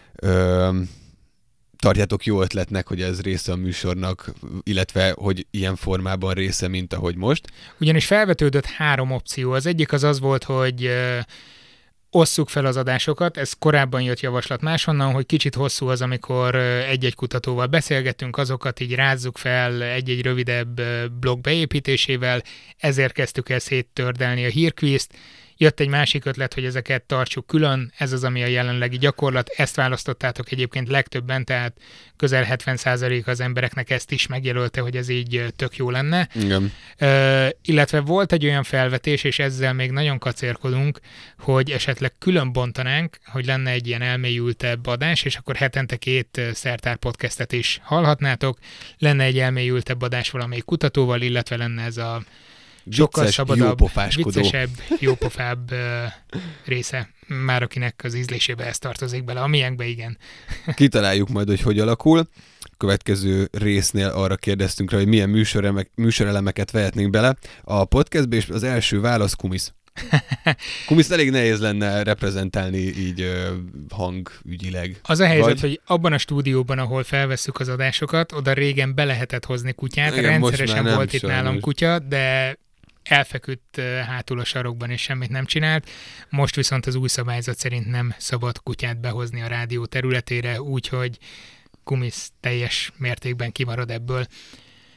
tartjátok jó ötletnek, hogy ez része a műsornak, illetve hogy ilyen formában része, mint ahogy most. Ugyanis felvetődött 3 opció. Az egyik az volt, hogy osszuk fel az adásokat, ez korábban jött javaslat máshonnan, hogy kicsit hosszú az, amikor egy-egy kutatóval beszélgetünk, azokat így rázzuk fel egy-egy rövidebb blog beépítésével, ezért kezdtük el széttördelni a hírkvízt. Jött egy másik ötlet, hogy ezeket tartsuk külön, ez az, ami a jelenlegi gyakorlat, ezt választottátok egyébként legtöbben, tehát közel 70% az embereknek ezt is megjelölte, hogy ez így tök jó lenne. Igen. Illetve volt egy olyan felvetés, és ezzel még nagyon kacérkodunk, hogy esetleg külön bontanánk, hogy lenne egy ilyen elmélyültebb adás, és akkor hetente 2 szertár podcastet is hallhatnátok, lenne egy elmélyültebb adás valamelyik kutatóval, illetve lenne ez a sokkal szabadabb, viccesebb, jópofább része. Már akinek az ízlésébe ez tartozik bele, a miénkbe igen. Kitaláljuk majd, hogy alakul. A következő résznél arra kérdeztünk rá, hogy milyen műsorelemeket vehetnénk bele a podcastbe, és az első válasz Kumisz. Kumiszt elég nehéz lenne reprezentálni így hangügyileg. Az a helyzet, hogy abban a stúdióban, ahol felvesszük az adásokat, oda régen be lehetett hozni kutyát, igen, rendszeresen volt itt nálam kutya, de elfeküdt hátul a sarokban, és semmit nem csinált. Most viszont az új szabályzat szerint nem szabad kutyát behozni a rádió területére, úgyhogy Kumisz teljes mértékben kimarad ebből.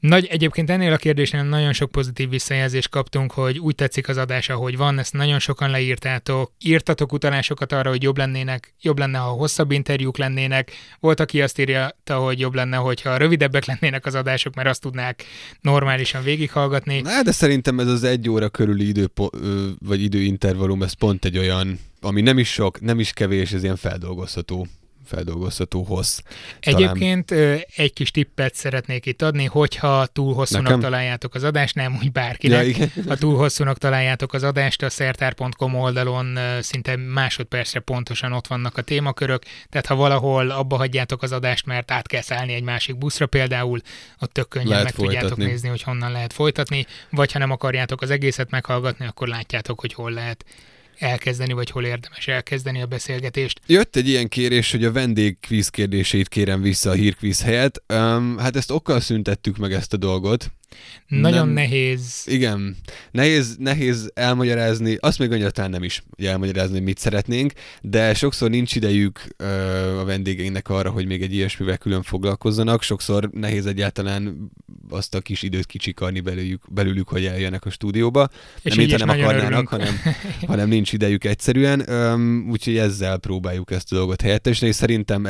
Egyébként ennél a kérdésnél nagyon sok pozitív visszajelzést kaptunk, hogy úgy tetszik az adás, ahogy van, ezt nagyon sokan leírtátok, írtatok utalásokat arra, hogy jobb lenne, ha hosszabb interjúk lennének, volt, aki azt írta, hogy jobb lenne, hogyha rövidebbek lennének az adások, mert azt tudnák normálisan végighallgatni. De szerintem ez az 1 óra körüli időintervallum, ez pont egy olyan, ami nem is sok, nem is kevés, ez ilyen feldolgozható hossz. Egyébként egy kis tippet szeretnék itt adni, hogyha túl hosszúnak találjátok az adást, nem úgy bárkinek, ha túl hosszúnak találjátok az adást, a szertár.com oldalon szinte másodpercre pontosan ott vannak a témakörök, tehát ha valahol abba hagyjátok az adást, mert át kell szállni egy másik buszra például, ott tök könnyen meg tudjátok nézni, hogy honnan lehet folytatni, vagy ha nem akarjátok az egészet meghallgatni, akkor látjátok, hogy hol lehet elkezdeni, vagy hol érdemes elkezdeni a beszélgetést. Jött egy ilyen kérés, hogy a vendégkvíz kérdéseit kérem vissza a hírkvíz helyett. Hát ezt okkal szüntettük meg ezt a dolgot. Nagyon nehéz. Igen, nehéz elmagyarázni, azt még annyira talán nem is elmagyarázni, hogy mit szeretnénk, de sokszor nincs idejük a vendégeinknek arra, hogy még egy ilyesmivel külön foglalkozzanak, sokszor nehéz egyáltalán azt a kis időt kicsikarni belőlük, hogy eljönnek a stúdióba. És nem nem akarnának, hanem nincs idejük egyszerűen, úgyhogy ezzel próbáljuk ezt a dolgot helyettesíteni, és szerintem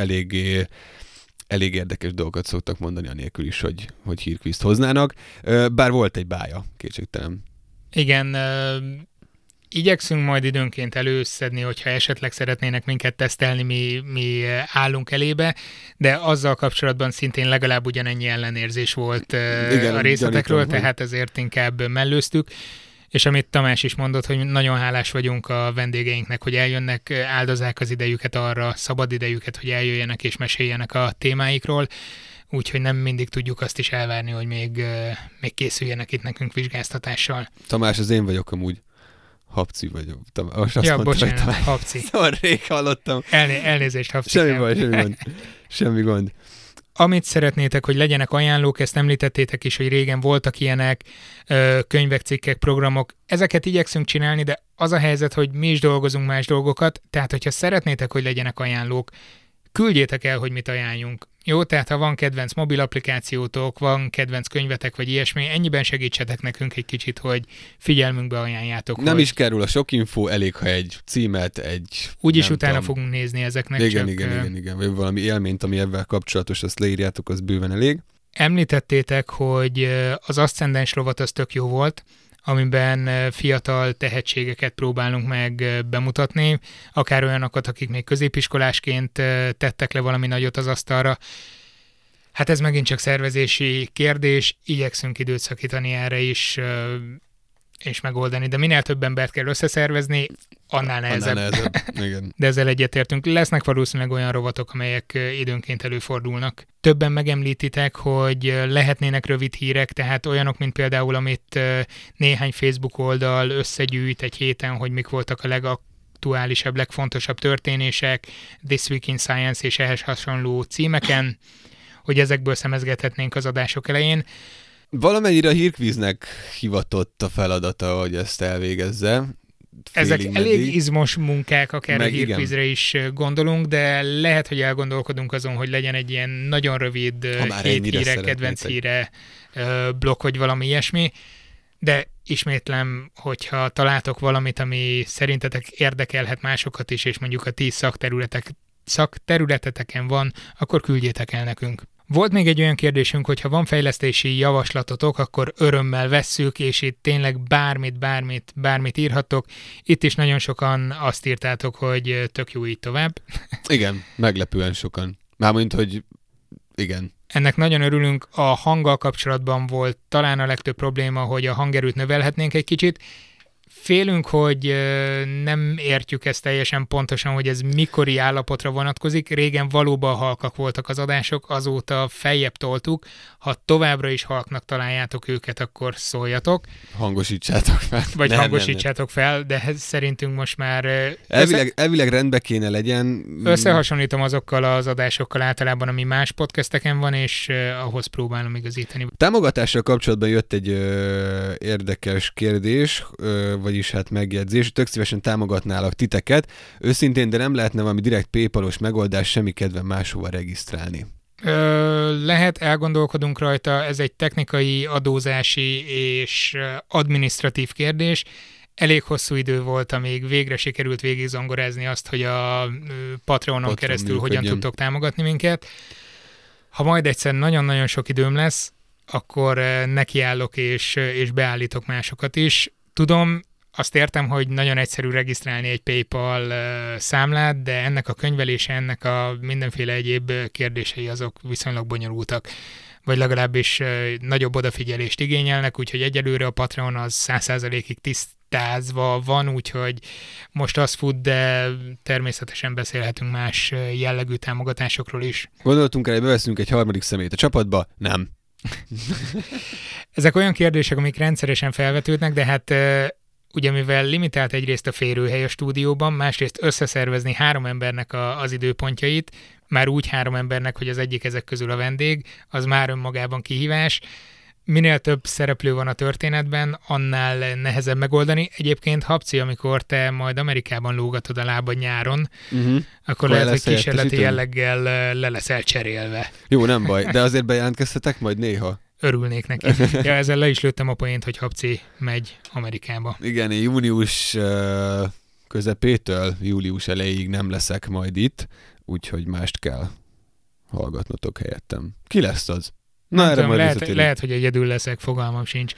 elég érdekes dolgokat szoktak mondani anélkül is, hogy hírkvízt hoznának. Bár volt egy bája, kétségtelen. Igen, igyekszünk majd időnként előszedni, hogyha esetleg szeretnének minket tesztelni, mi állunk elébe, de azzal kapcsolatban szintén legalább ugyanennyi ellenérzés volt a részletekről, tehát ezért inkább mellőztük. És amit Tamás is mondott, hogy nagyon hálás vagyunk a vendégeinknek, hogy eljönnek, áldozzák az idejüket arra, szabad idejüket, hogy eljöjjenek és meséljenek a témáikról, úgyhogy nem mindig tudjuk azt is elvárni, hogy még készüljenek itt nekünk vizsgáztatással. Tamás, az én vagyok amúgy. Habci vagyok. Bocsánat, Habci. Szóval rég hallottam. Elnézést, Habci. Semmi gond. Amit szeretnétek, hogy legyenek ajánlók, ezt említettétek is, hogy régen voltak ilyenek, könyvek, cikkek, programok. Ezeket igyekszünk csinálni, de az a helyzet, hogy mi is dolgozunk más dolgokat, tehát hogyha szeretnétek, hogy legyenek ajánlók, küldjétek el, hogy mit ajánljunk. Jó, tehát ha van kedvenc mobil applikációtok, van kedvenc könyvetek, vagy ilyesmi, ennyiben segítsetek nekünk egy kicsit, hogy figyelmünkbe ajánljátok. Nem is kell róla sok info, elég, ha egy címet, úgyis utána fogunk nézni ezeknek. Igen. Vagy valami élményt, ami ebben kapcsolatos, azt leírjátok, az bőven elég. Említettétek, hogy az Aszcendens rovat az tök jó volt, amiben fiatal tehetségeket próbálunk meg bemutatni, akár olyanokat, akik még középiskolásként tettek le valami nagyot az asztalra. Hát ez megint csak szervezési kérdés, igyekszünk időt szakítani erre is, és megoldani, de minél több embert kell összeszervezni, annál nehezebb. Igen. De ezzel egyetértünk. Lesznek valószínűleg olyan rovatok, amelyek időnként előfordulnak. Többen megemlítitek, hogy lehetnének rövid hírek, tehát olyanok, mint például, amit néhány Facebook oldal összegyűjt egy héten, hogy mik voltak a legaktuálisabb, legfontosabb történések, This Week in Science és ehhez hasonló címeken, hogy ezekből szemezgethetnénk az adások elején. Valamennyire a hírkvíznek hivatott a feladata, hogy ezt elvégezze. Ezek elég izmos munkák, akár a hírkvízre is gondolunk, de lehet, hogy elgondolkodunk azon, hogy legyen egy ilyen nagyon rövid hét híre, kedvenc híre blokk, vagy valami ilyesmi, de ismétlem, hogyha találtok valamit, ami szerintetek érdekelhet másokat is, és mondjuk a 10 szakterületeteken van, akkor küldjétek el nekünk. Volt még egy olyan kérdésünk, hogy ha van fejlesztési javaslatotok, akkor örömmel vesszük, és itt tényleg bármit írhattok. Itt is nagyon sokan azt írtátok, hogy tök jó így tovább. Igen, meglepően sokan. Mármint, hogy igen. Ennek nagyon örülünk. A hanggal kapcsolatban volt talán a legtöbb probléma, hogy a hangerőt növelhetnénk egy kicsit. Félünk, hogy nem értjük ezt teljesen pontosan, hogy ez mikori állapotra vonatkozik. Régen valóban halkak voltak az adások, azóta feljebb toltuk. Ha továbbra is halknak találjátok őket, akkor szóljatok. Hangosítsátok fel. Vagy hangosítsátok fel, de szerintünk most már... Elvileg rendbe kéne legyen. Összehasonlítom azokkal az adásokkal általában, ami más podcasteken van, és ahhoz próbálom igazítani. Támogatással kapcsolatban jött egy érdekes kérdés, vagyis hát megjegyzés. Tök szívesen támogatnálak titeket. Őszintén, de nem lehetne valami direkt PayPal-os megoldás, semmi kedven máshova regisztrálni. Lehet, elgondolkodunk rajta, ez egy technikai, adózási és adminisztratív kérdés. Elég hosszú idő volt, amíg végre sikerült végigzongorázni azt, hogy a Patreonon keresztül hogyan tudtok támogatni minket. Ha majd egyszer nagyon-nagyon sok időm lesz, akkor nekiállok és beállítok másokat is. Tudom, azt értem, hogy nagyon egyszerű regisztrálni egy PayPal számlát, de ennek a könyvelése, ennek a mindenféle egyéb kérdései azok viszonylag bonyolultak, vagy legalábbis nagyobb odafigyelést igényelnek, úgyhogy egyelőre a Patreon az 100%-ig tisztázva van, úgyhogy most az fut, de természetesen beszélhetünk más jellegű támogatásokról is. Gondoltunk rá, hogy beveszünk egy harmadik személyt a csapatba? Nem. Ezek olyan kérdések, amik rendszeresen felvetődnek, de hát ugye mivel limitált egyrészt a férőhely a stúdióban, másrészt összeszervezni 3 embernek az időpontjait, már úgy 3 embernek, hogy az egyik ezek közül a vendég, az már önmagában kihívás. Minél több szereplő van a történetben, annál nehezebb megoldani. Egyébként, Habci, amikor te majd Amerikában lógatod a lábad nyáron, akkor lehet, hogy kísérleti jelleggel le leszel cserélve. Jó, nem baj, de azért bejelentkeztetek majd néha. Örülnék neki. Ja, ezzel le is lőttem a poént, hogy Habci megy Amerikába. Igen, én június közepétől július elejéig nem leszek majd itt, úgyhogy mást kell hallgatnotok helyettem. Ki lesz az? Na, erre tudom, lehet, hogy egyedül leszek, fogalmam sincs.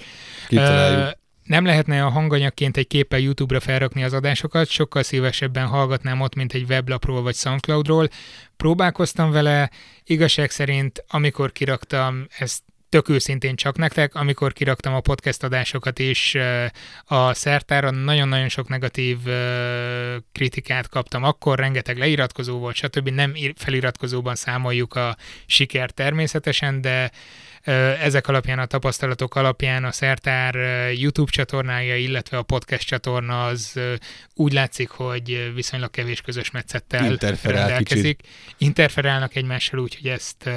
Nem lehetne a hanganyagként egy képpel YouTube-ra felrakni az adásokat, sokkal szívesebben hallgatnám ott, mint egy weblapról vagy Soundcloudról. Próbálkoztam vele, igazság szerint, amikor kiraktam, ezt tök őszintén csak nektek, amikor kiraktam a podcast adásokat is a szertára, nagyon-nagyon sok negatív kritikát kaptam. Akkor rengeteg leiratkozó volt, stb. Nem feliratkozóban számoljuk a sikert természetesen, de ezek alapján, a tapasztalatok alapján a szertár YouTube csatornája, illetve a podcast csatorna az úgy látszik, hogy viszonylag kevés közös metszettel rendelkezik. Interferálnak egymással, úgyhogy ezt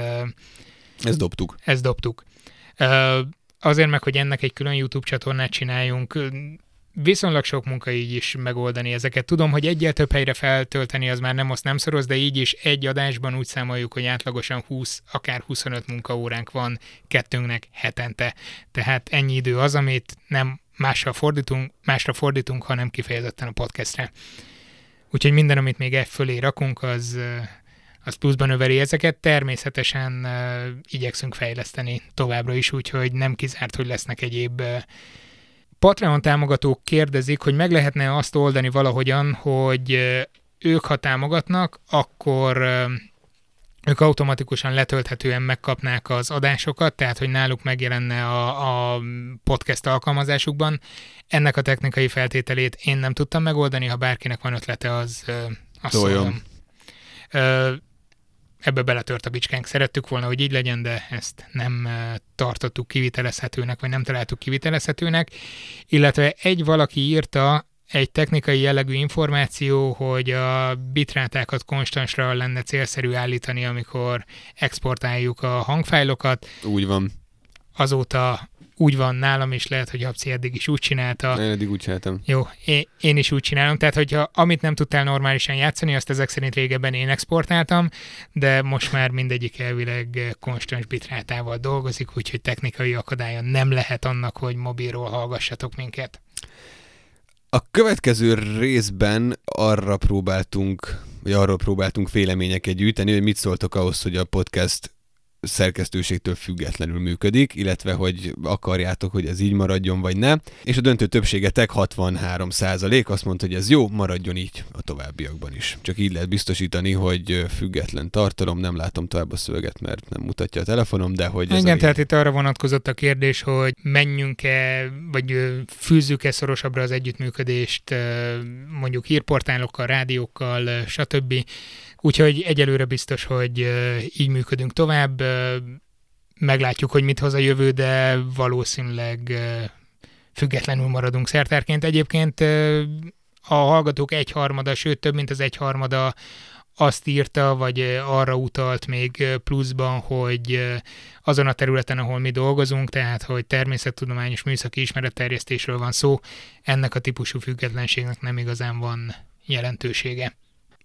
dobtuk. Azért meg, hogy ennek egy külön YouTube csatornát csináljunk, viszonylag sok munka így is megoldani ezeket. Tudom, hogy egyel több helyre feltölteni az már nem szoroz, de így is egy adásban úgy számoljuk, hogy átlagosan 20, akár 25 munkaóránk van kettőnknek hetente. Tehát ennyi idő az, amit nem másra fordítunk, hanem kifejezetten a podcastre. Úgyhogy minden, amit még fölé rakunk, az pluszban növeli ezeket. Természetesen igyekszünk fejleszteni továbbra is, úgyhogy nem kizárt, hogy lesznek egyéb Patreon támogatók kérdezik, hogy meg lehetne azt oldani valahogyan, hogy ők, ha támogatnak, akkor ők automatikusan letölthetően megkapnák az adásokat, tehát hogy náluk megjelenne a podcast alkalmazásukban. Ennek a technikai feltételét én nem tudtam megoldani, ha bárkinek van ötlete, az szóljon. Ebbe beletört a bicskánk. Szerettük volna, hogy így legyen, de ezt nem tartottuk kivitelezhetőnek, vagy nem találtuk kivitelezhetőnek. Illetve valaki írta, egy technikai jellegű információ, hogy a bitrátákat konstansra lenne célszerű állítani, amikor exportáljuk a hangfájlokat. Úgy van. Azóta úgy van nálam is, lehet, hogy Habci eddig is úgy csinálta. Én eddig úgy csináltam. Jó, én is úgy csinálom, tehát hogyha amit nem tudtál normálisan játszani, azt ezek szerint régebben én exportáltam, de most már mindegyik elvileg konstans bitrátával dolgozik, úgyhogy technikai akadálya nem lehet annak, hogy mobilról hallgassatok minket. A következő részben arról próbáltunk véleményeket gyűjteni, hogy mit szóltok ahhoz, hogy a podcast szerkesztőségtől függetlenül működik, illetve hogy akarjátok, hogy ez így maradjon, vagy ne. És a döntő többségetek 63% azt mondta, hogy ez jó, maradjon így a továbbiakban is. Csak így lehet biztosítani, hogy független tartalom, nem látom tovább a szöveget, mert nem mutatja a telefonom, de hogy ez igen, tehát itt arra vonatkozott a kérdés, hogy menjünk-e, vagy fűzzük-e szorosabbra az együttműködést mondjuk hírportálokkal, rádiókkal, stb. Úgyhogy egyelőre biztos, hogy így működünk tovább. Meglátjuk, hogy mit hoz a jövő, de valószínűleg függetlenül maradunk szertárként. Egyébként a hallgatók 1/3, sőt több mint az 1/3 azt írta, vagy arra utalt még pluszban, hogy azon a területen, ahol mi dolgozunk, tehát hogy természettudományos műszaki ismeretterjesztésről van szó, ennek a típusú függetlenségnek nem igazán van jelentősége.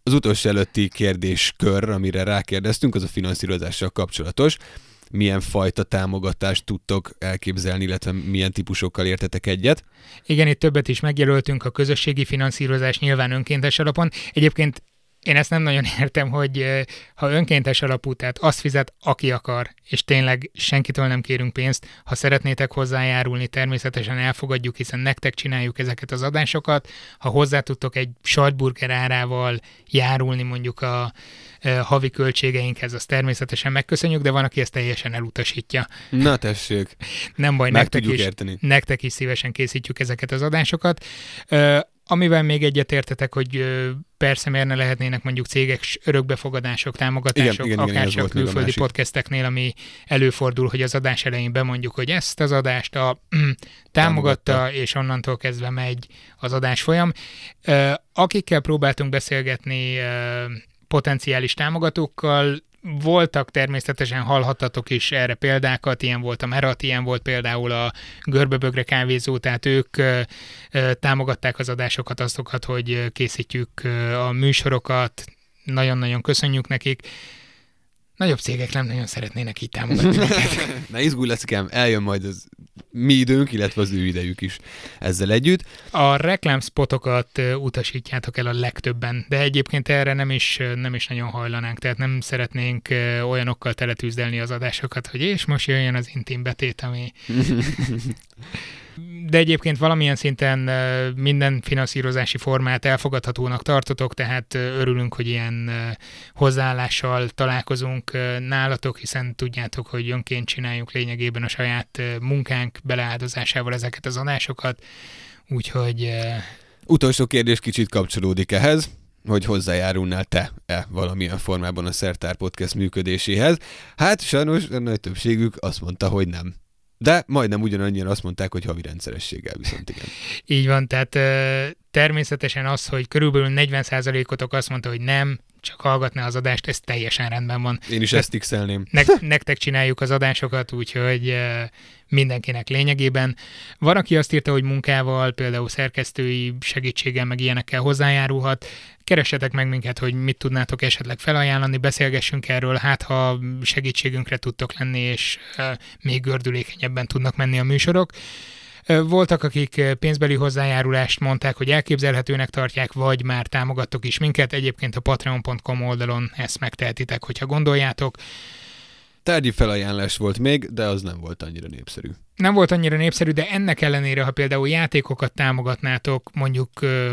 Az utolsó előtti kérdéskör, amire rákérdeztünk, az a finanszírozással kapcsolatos. Milyen fajta támogatást tudtok elképzelni, illetve milyen típusokkal értetek egyet? Igen, itt többet is megjelöltünk, a közösségi finanszírozás nyilván önkéntes alapon. Egyébként én ezt nem nagyon értem, hogy ha önkéntes alapú, tehát azt fizet, aki akar, és tényleg senkitől nem kérünk pénzt, ha szeretnétek hozzájárulni, természetesen elfogadjuk, hiszen nektek csináljuk ezeket az adásokat. Ha hozzá tudtok egy sajtburger árával járulni mondjuk a havi költségeinkhez, azt természetesen megköszönjük, de van, aki ezt teljesen elutasítja. Na tessék, nem baj, nektek is szívesen készítjük ezeket az adásokat. Amivel még egyetértetek, hogy persze miért ne lehetnének mondjuk cégek örökbefogadások, támogatások, akár csak külföldi podcasteknél, ami előfordul, hogy az adás elején bemondjuk, hogy ezt az adást támogatta, és onnantól kezdve megy az adás folyam. Akikkel próbáltunk beszélgetni potenciális támogatókkal, voltak természetesen, hallhattatok is erre példákat, ilyen volt a Merat, ilyen volt például a Görbebögre kávézó, tehát ők támogatták az adásokat, azokat, hogy készítjük a műsorokat, nagyon-nagyon köszönjük nekik. Nagyobb cégek nem nagyon szeretnének így támogatni minket. Na izgulj, Lecikám, eljön majd az mi időnk, illetve az ő idejük is ezzel együtt. A reklámspotokat utasítjátok el a legtöbben, de egyébként erre nem is nagyon hajlanánk, tehát nem szeretnénk olyanokkal teletűzdelni az adásokat, hogy és most jöjjön az intim betét, ami... De egyébként valamilyen szinten minden finanszírozási formát elfogadhatónak tartotok, tehát örülünk, hogy ilyen hozzáállással találkozunk nálatok, hiszen tudjátok, hogy önként csináljuk lényegében a saját munkánk beleáldozásával ezeket az adásokat, úgyhogy... Utolsó kérdés kicsit kapcsolódik ehhez, hogy hozzájárulnál te valamilyen formában a Szertár Podcast működéséhez. Hát sajnos a nagy többségük azt mondta, hogy nem. De majdnem ugyanannyira azt mondták, hogy havi rendszerességgel viszont igen. Így van, tehát természetesen az, hogy körülbelül 40%-otok azt mondta, hogy nem, csak hallgatná az adást, ez teljesen rendben van. Én is ezt x-elném. Nektek csináljuk az adásokat, úgyhogy mindenkinek lényegében. Van, aki azt írta, hogy munkával, például szerkesztői segítséggel, meg ilyenekkel hozzájárulhat. Keressetek meg minket, hogy mit tudnátok esetleg felajánlani, beszélgessünk erről, hát ha segítségünkre tudtok lenni, és még gördülékenyebben tudnak menni a műsorok. Voltak, akik pénzbeli hozzájárulást mondták, hogy elképzelhetőnek tartják, vagy már támogattok is minket. Egyébként a patreon.com oldalon ezt megtehetitek, hogyha gondoljátok. Tárgyi felajánlás volt még, de az nem volt annyira népszerű. Nem volt annyira népszerű, de ennek ellenére, ha például játékokat támogatnátok, mondjuk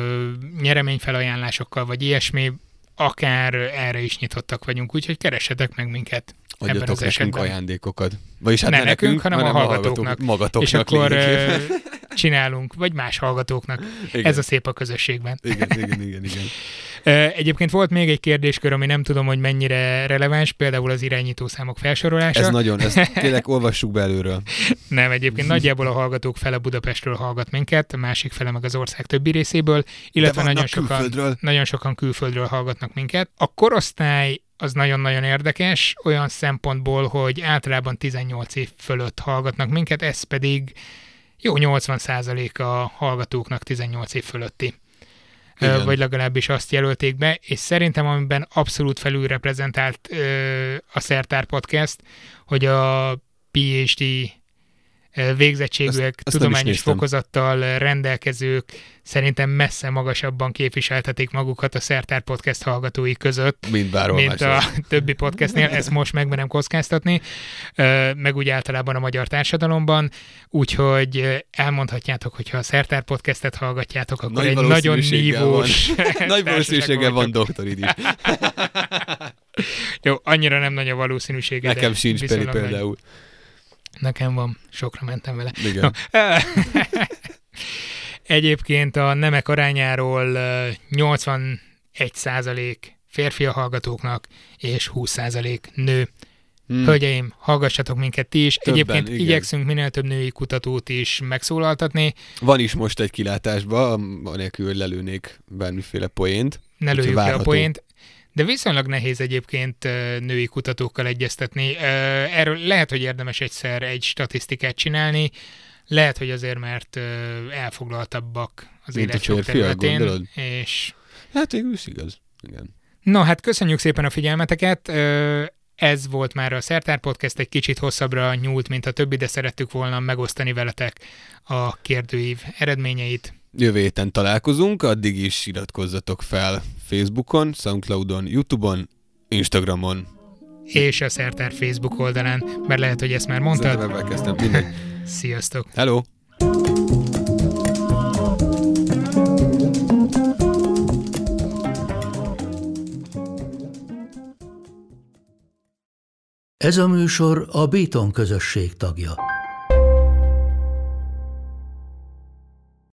nyereményfelajánlásokkal, vagy ilyesmi, akár erre is nyitottak vagyunk, úgyhogy keressetek meg minket. Adjatok nekünk ajándékokat. Vagyis hát ne nekünk, hanem a hallgatóknak. Magatoknak. És akkor csinálunk, vagy más hallgatóknak. Igen. Ez a szép a közösségben. Igen. Egyébként volt még egy kérdéskör, ami nem tudom, hogy mennyire releváns, például az irányítószámok felsorolása. Ezt tényleg olvassuk be előről. Nem, egyébként nagyjából a hallgatók fele Budapestről hallgat minket, a másik fele meg az ország többi részéből, illetve nagyon sokan külföldről hallgatnak minket. A korosztály az nagyon-nagyon érdekes, olyan szempontból, hogy általában 18 év fölött hallgatnak minket, ez pedig jó 80% a hallgatóknak 18 év fölötti. Igen. Vagy legalábbis azt jelölték be, és szerintem amiben abszolút felülreprezentált a Szertár Podcast, hogy a PhD végzettségűek, tudományos fokozattal rendelkezők szerintem messze magasabban képviseltetik magukat a Szertár Podcast hallgatói között, mint a többi podcastnél, ezt most megmerem kockáztatni, meg úgy általában a magyar társadalomban, úgyhogy elmondhatjátok, hogyha a Szertár Podcastet hallgatjátok, akkor egy nagyon nívós... Nagy valószínűséggel van doktorid is. Jó, annyira nem nagy a valószínűsége. Nekem sincs például. Nekem van, sokra mentem vele. Igen. Egyébként a nemek arányáról 81% férfi a hallgatóknak, és 20% nő. Hölgyeim, hallgassatok minket ti is. Többen, egyébként igen. Igyekszünk minél több női kutatót is megszólaltatni. Van is most egy kilátásban, anélkül, hogy lelőnék bármiféle poént. Ne lőjük le a poént. De viszonylag nehéz egyébként női kutatókkal egyeztetni. Erről lehet, hogy érdemes egyszer egy statisztikát csinálni, lehet, hogy azért, mert elfoglaltabbak az életsok területén. És... Hát végül is igaz. Igen. No, hát köszönjük szépen a figyelmeteket. Ez volt már a Szertár Podcast, egy kicsit hosszabbra nyúlt, mint a többi, de szerettük volna megosztani veletek a kérdőív eredményeit. Jövő héten találkozunk, addig is iratkozzatok fel Facebookon, Soundcloudon, YouTube-on, Instagramon. És a Szertár Facebook oldalán, mert lehet, hogy ezt már mondtad. Szerintem elkezdtem, mindegy. Sziasztok! Hello! Ez a műsor a Béton közösség tagja.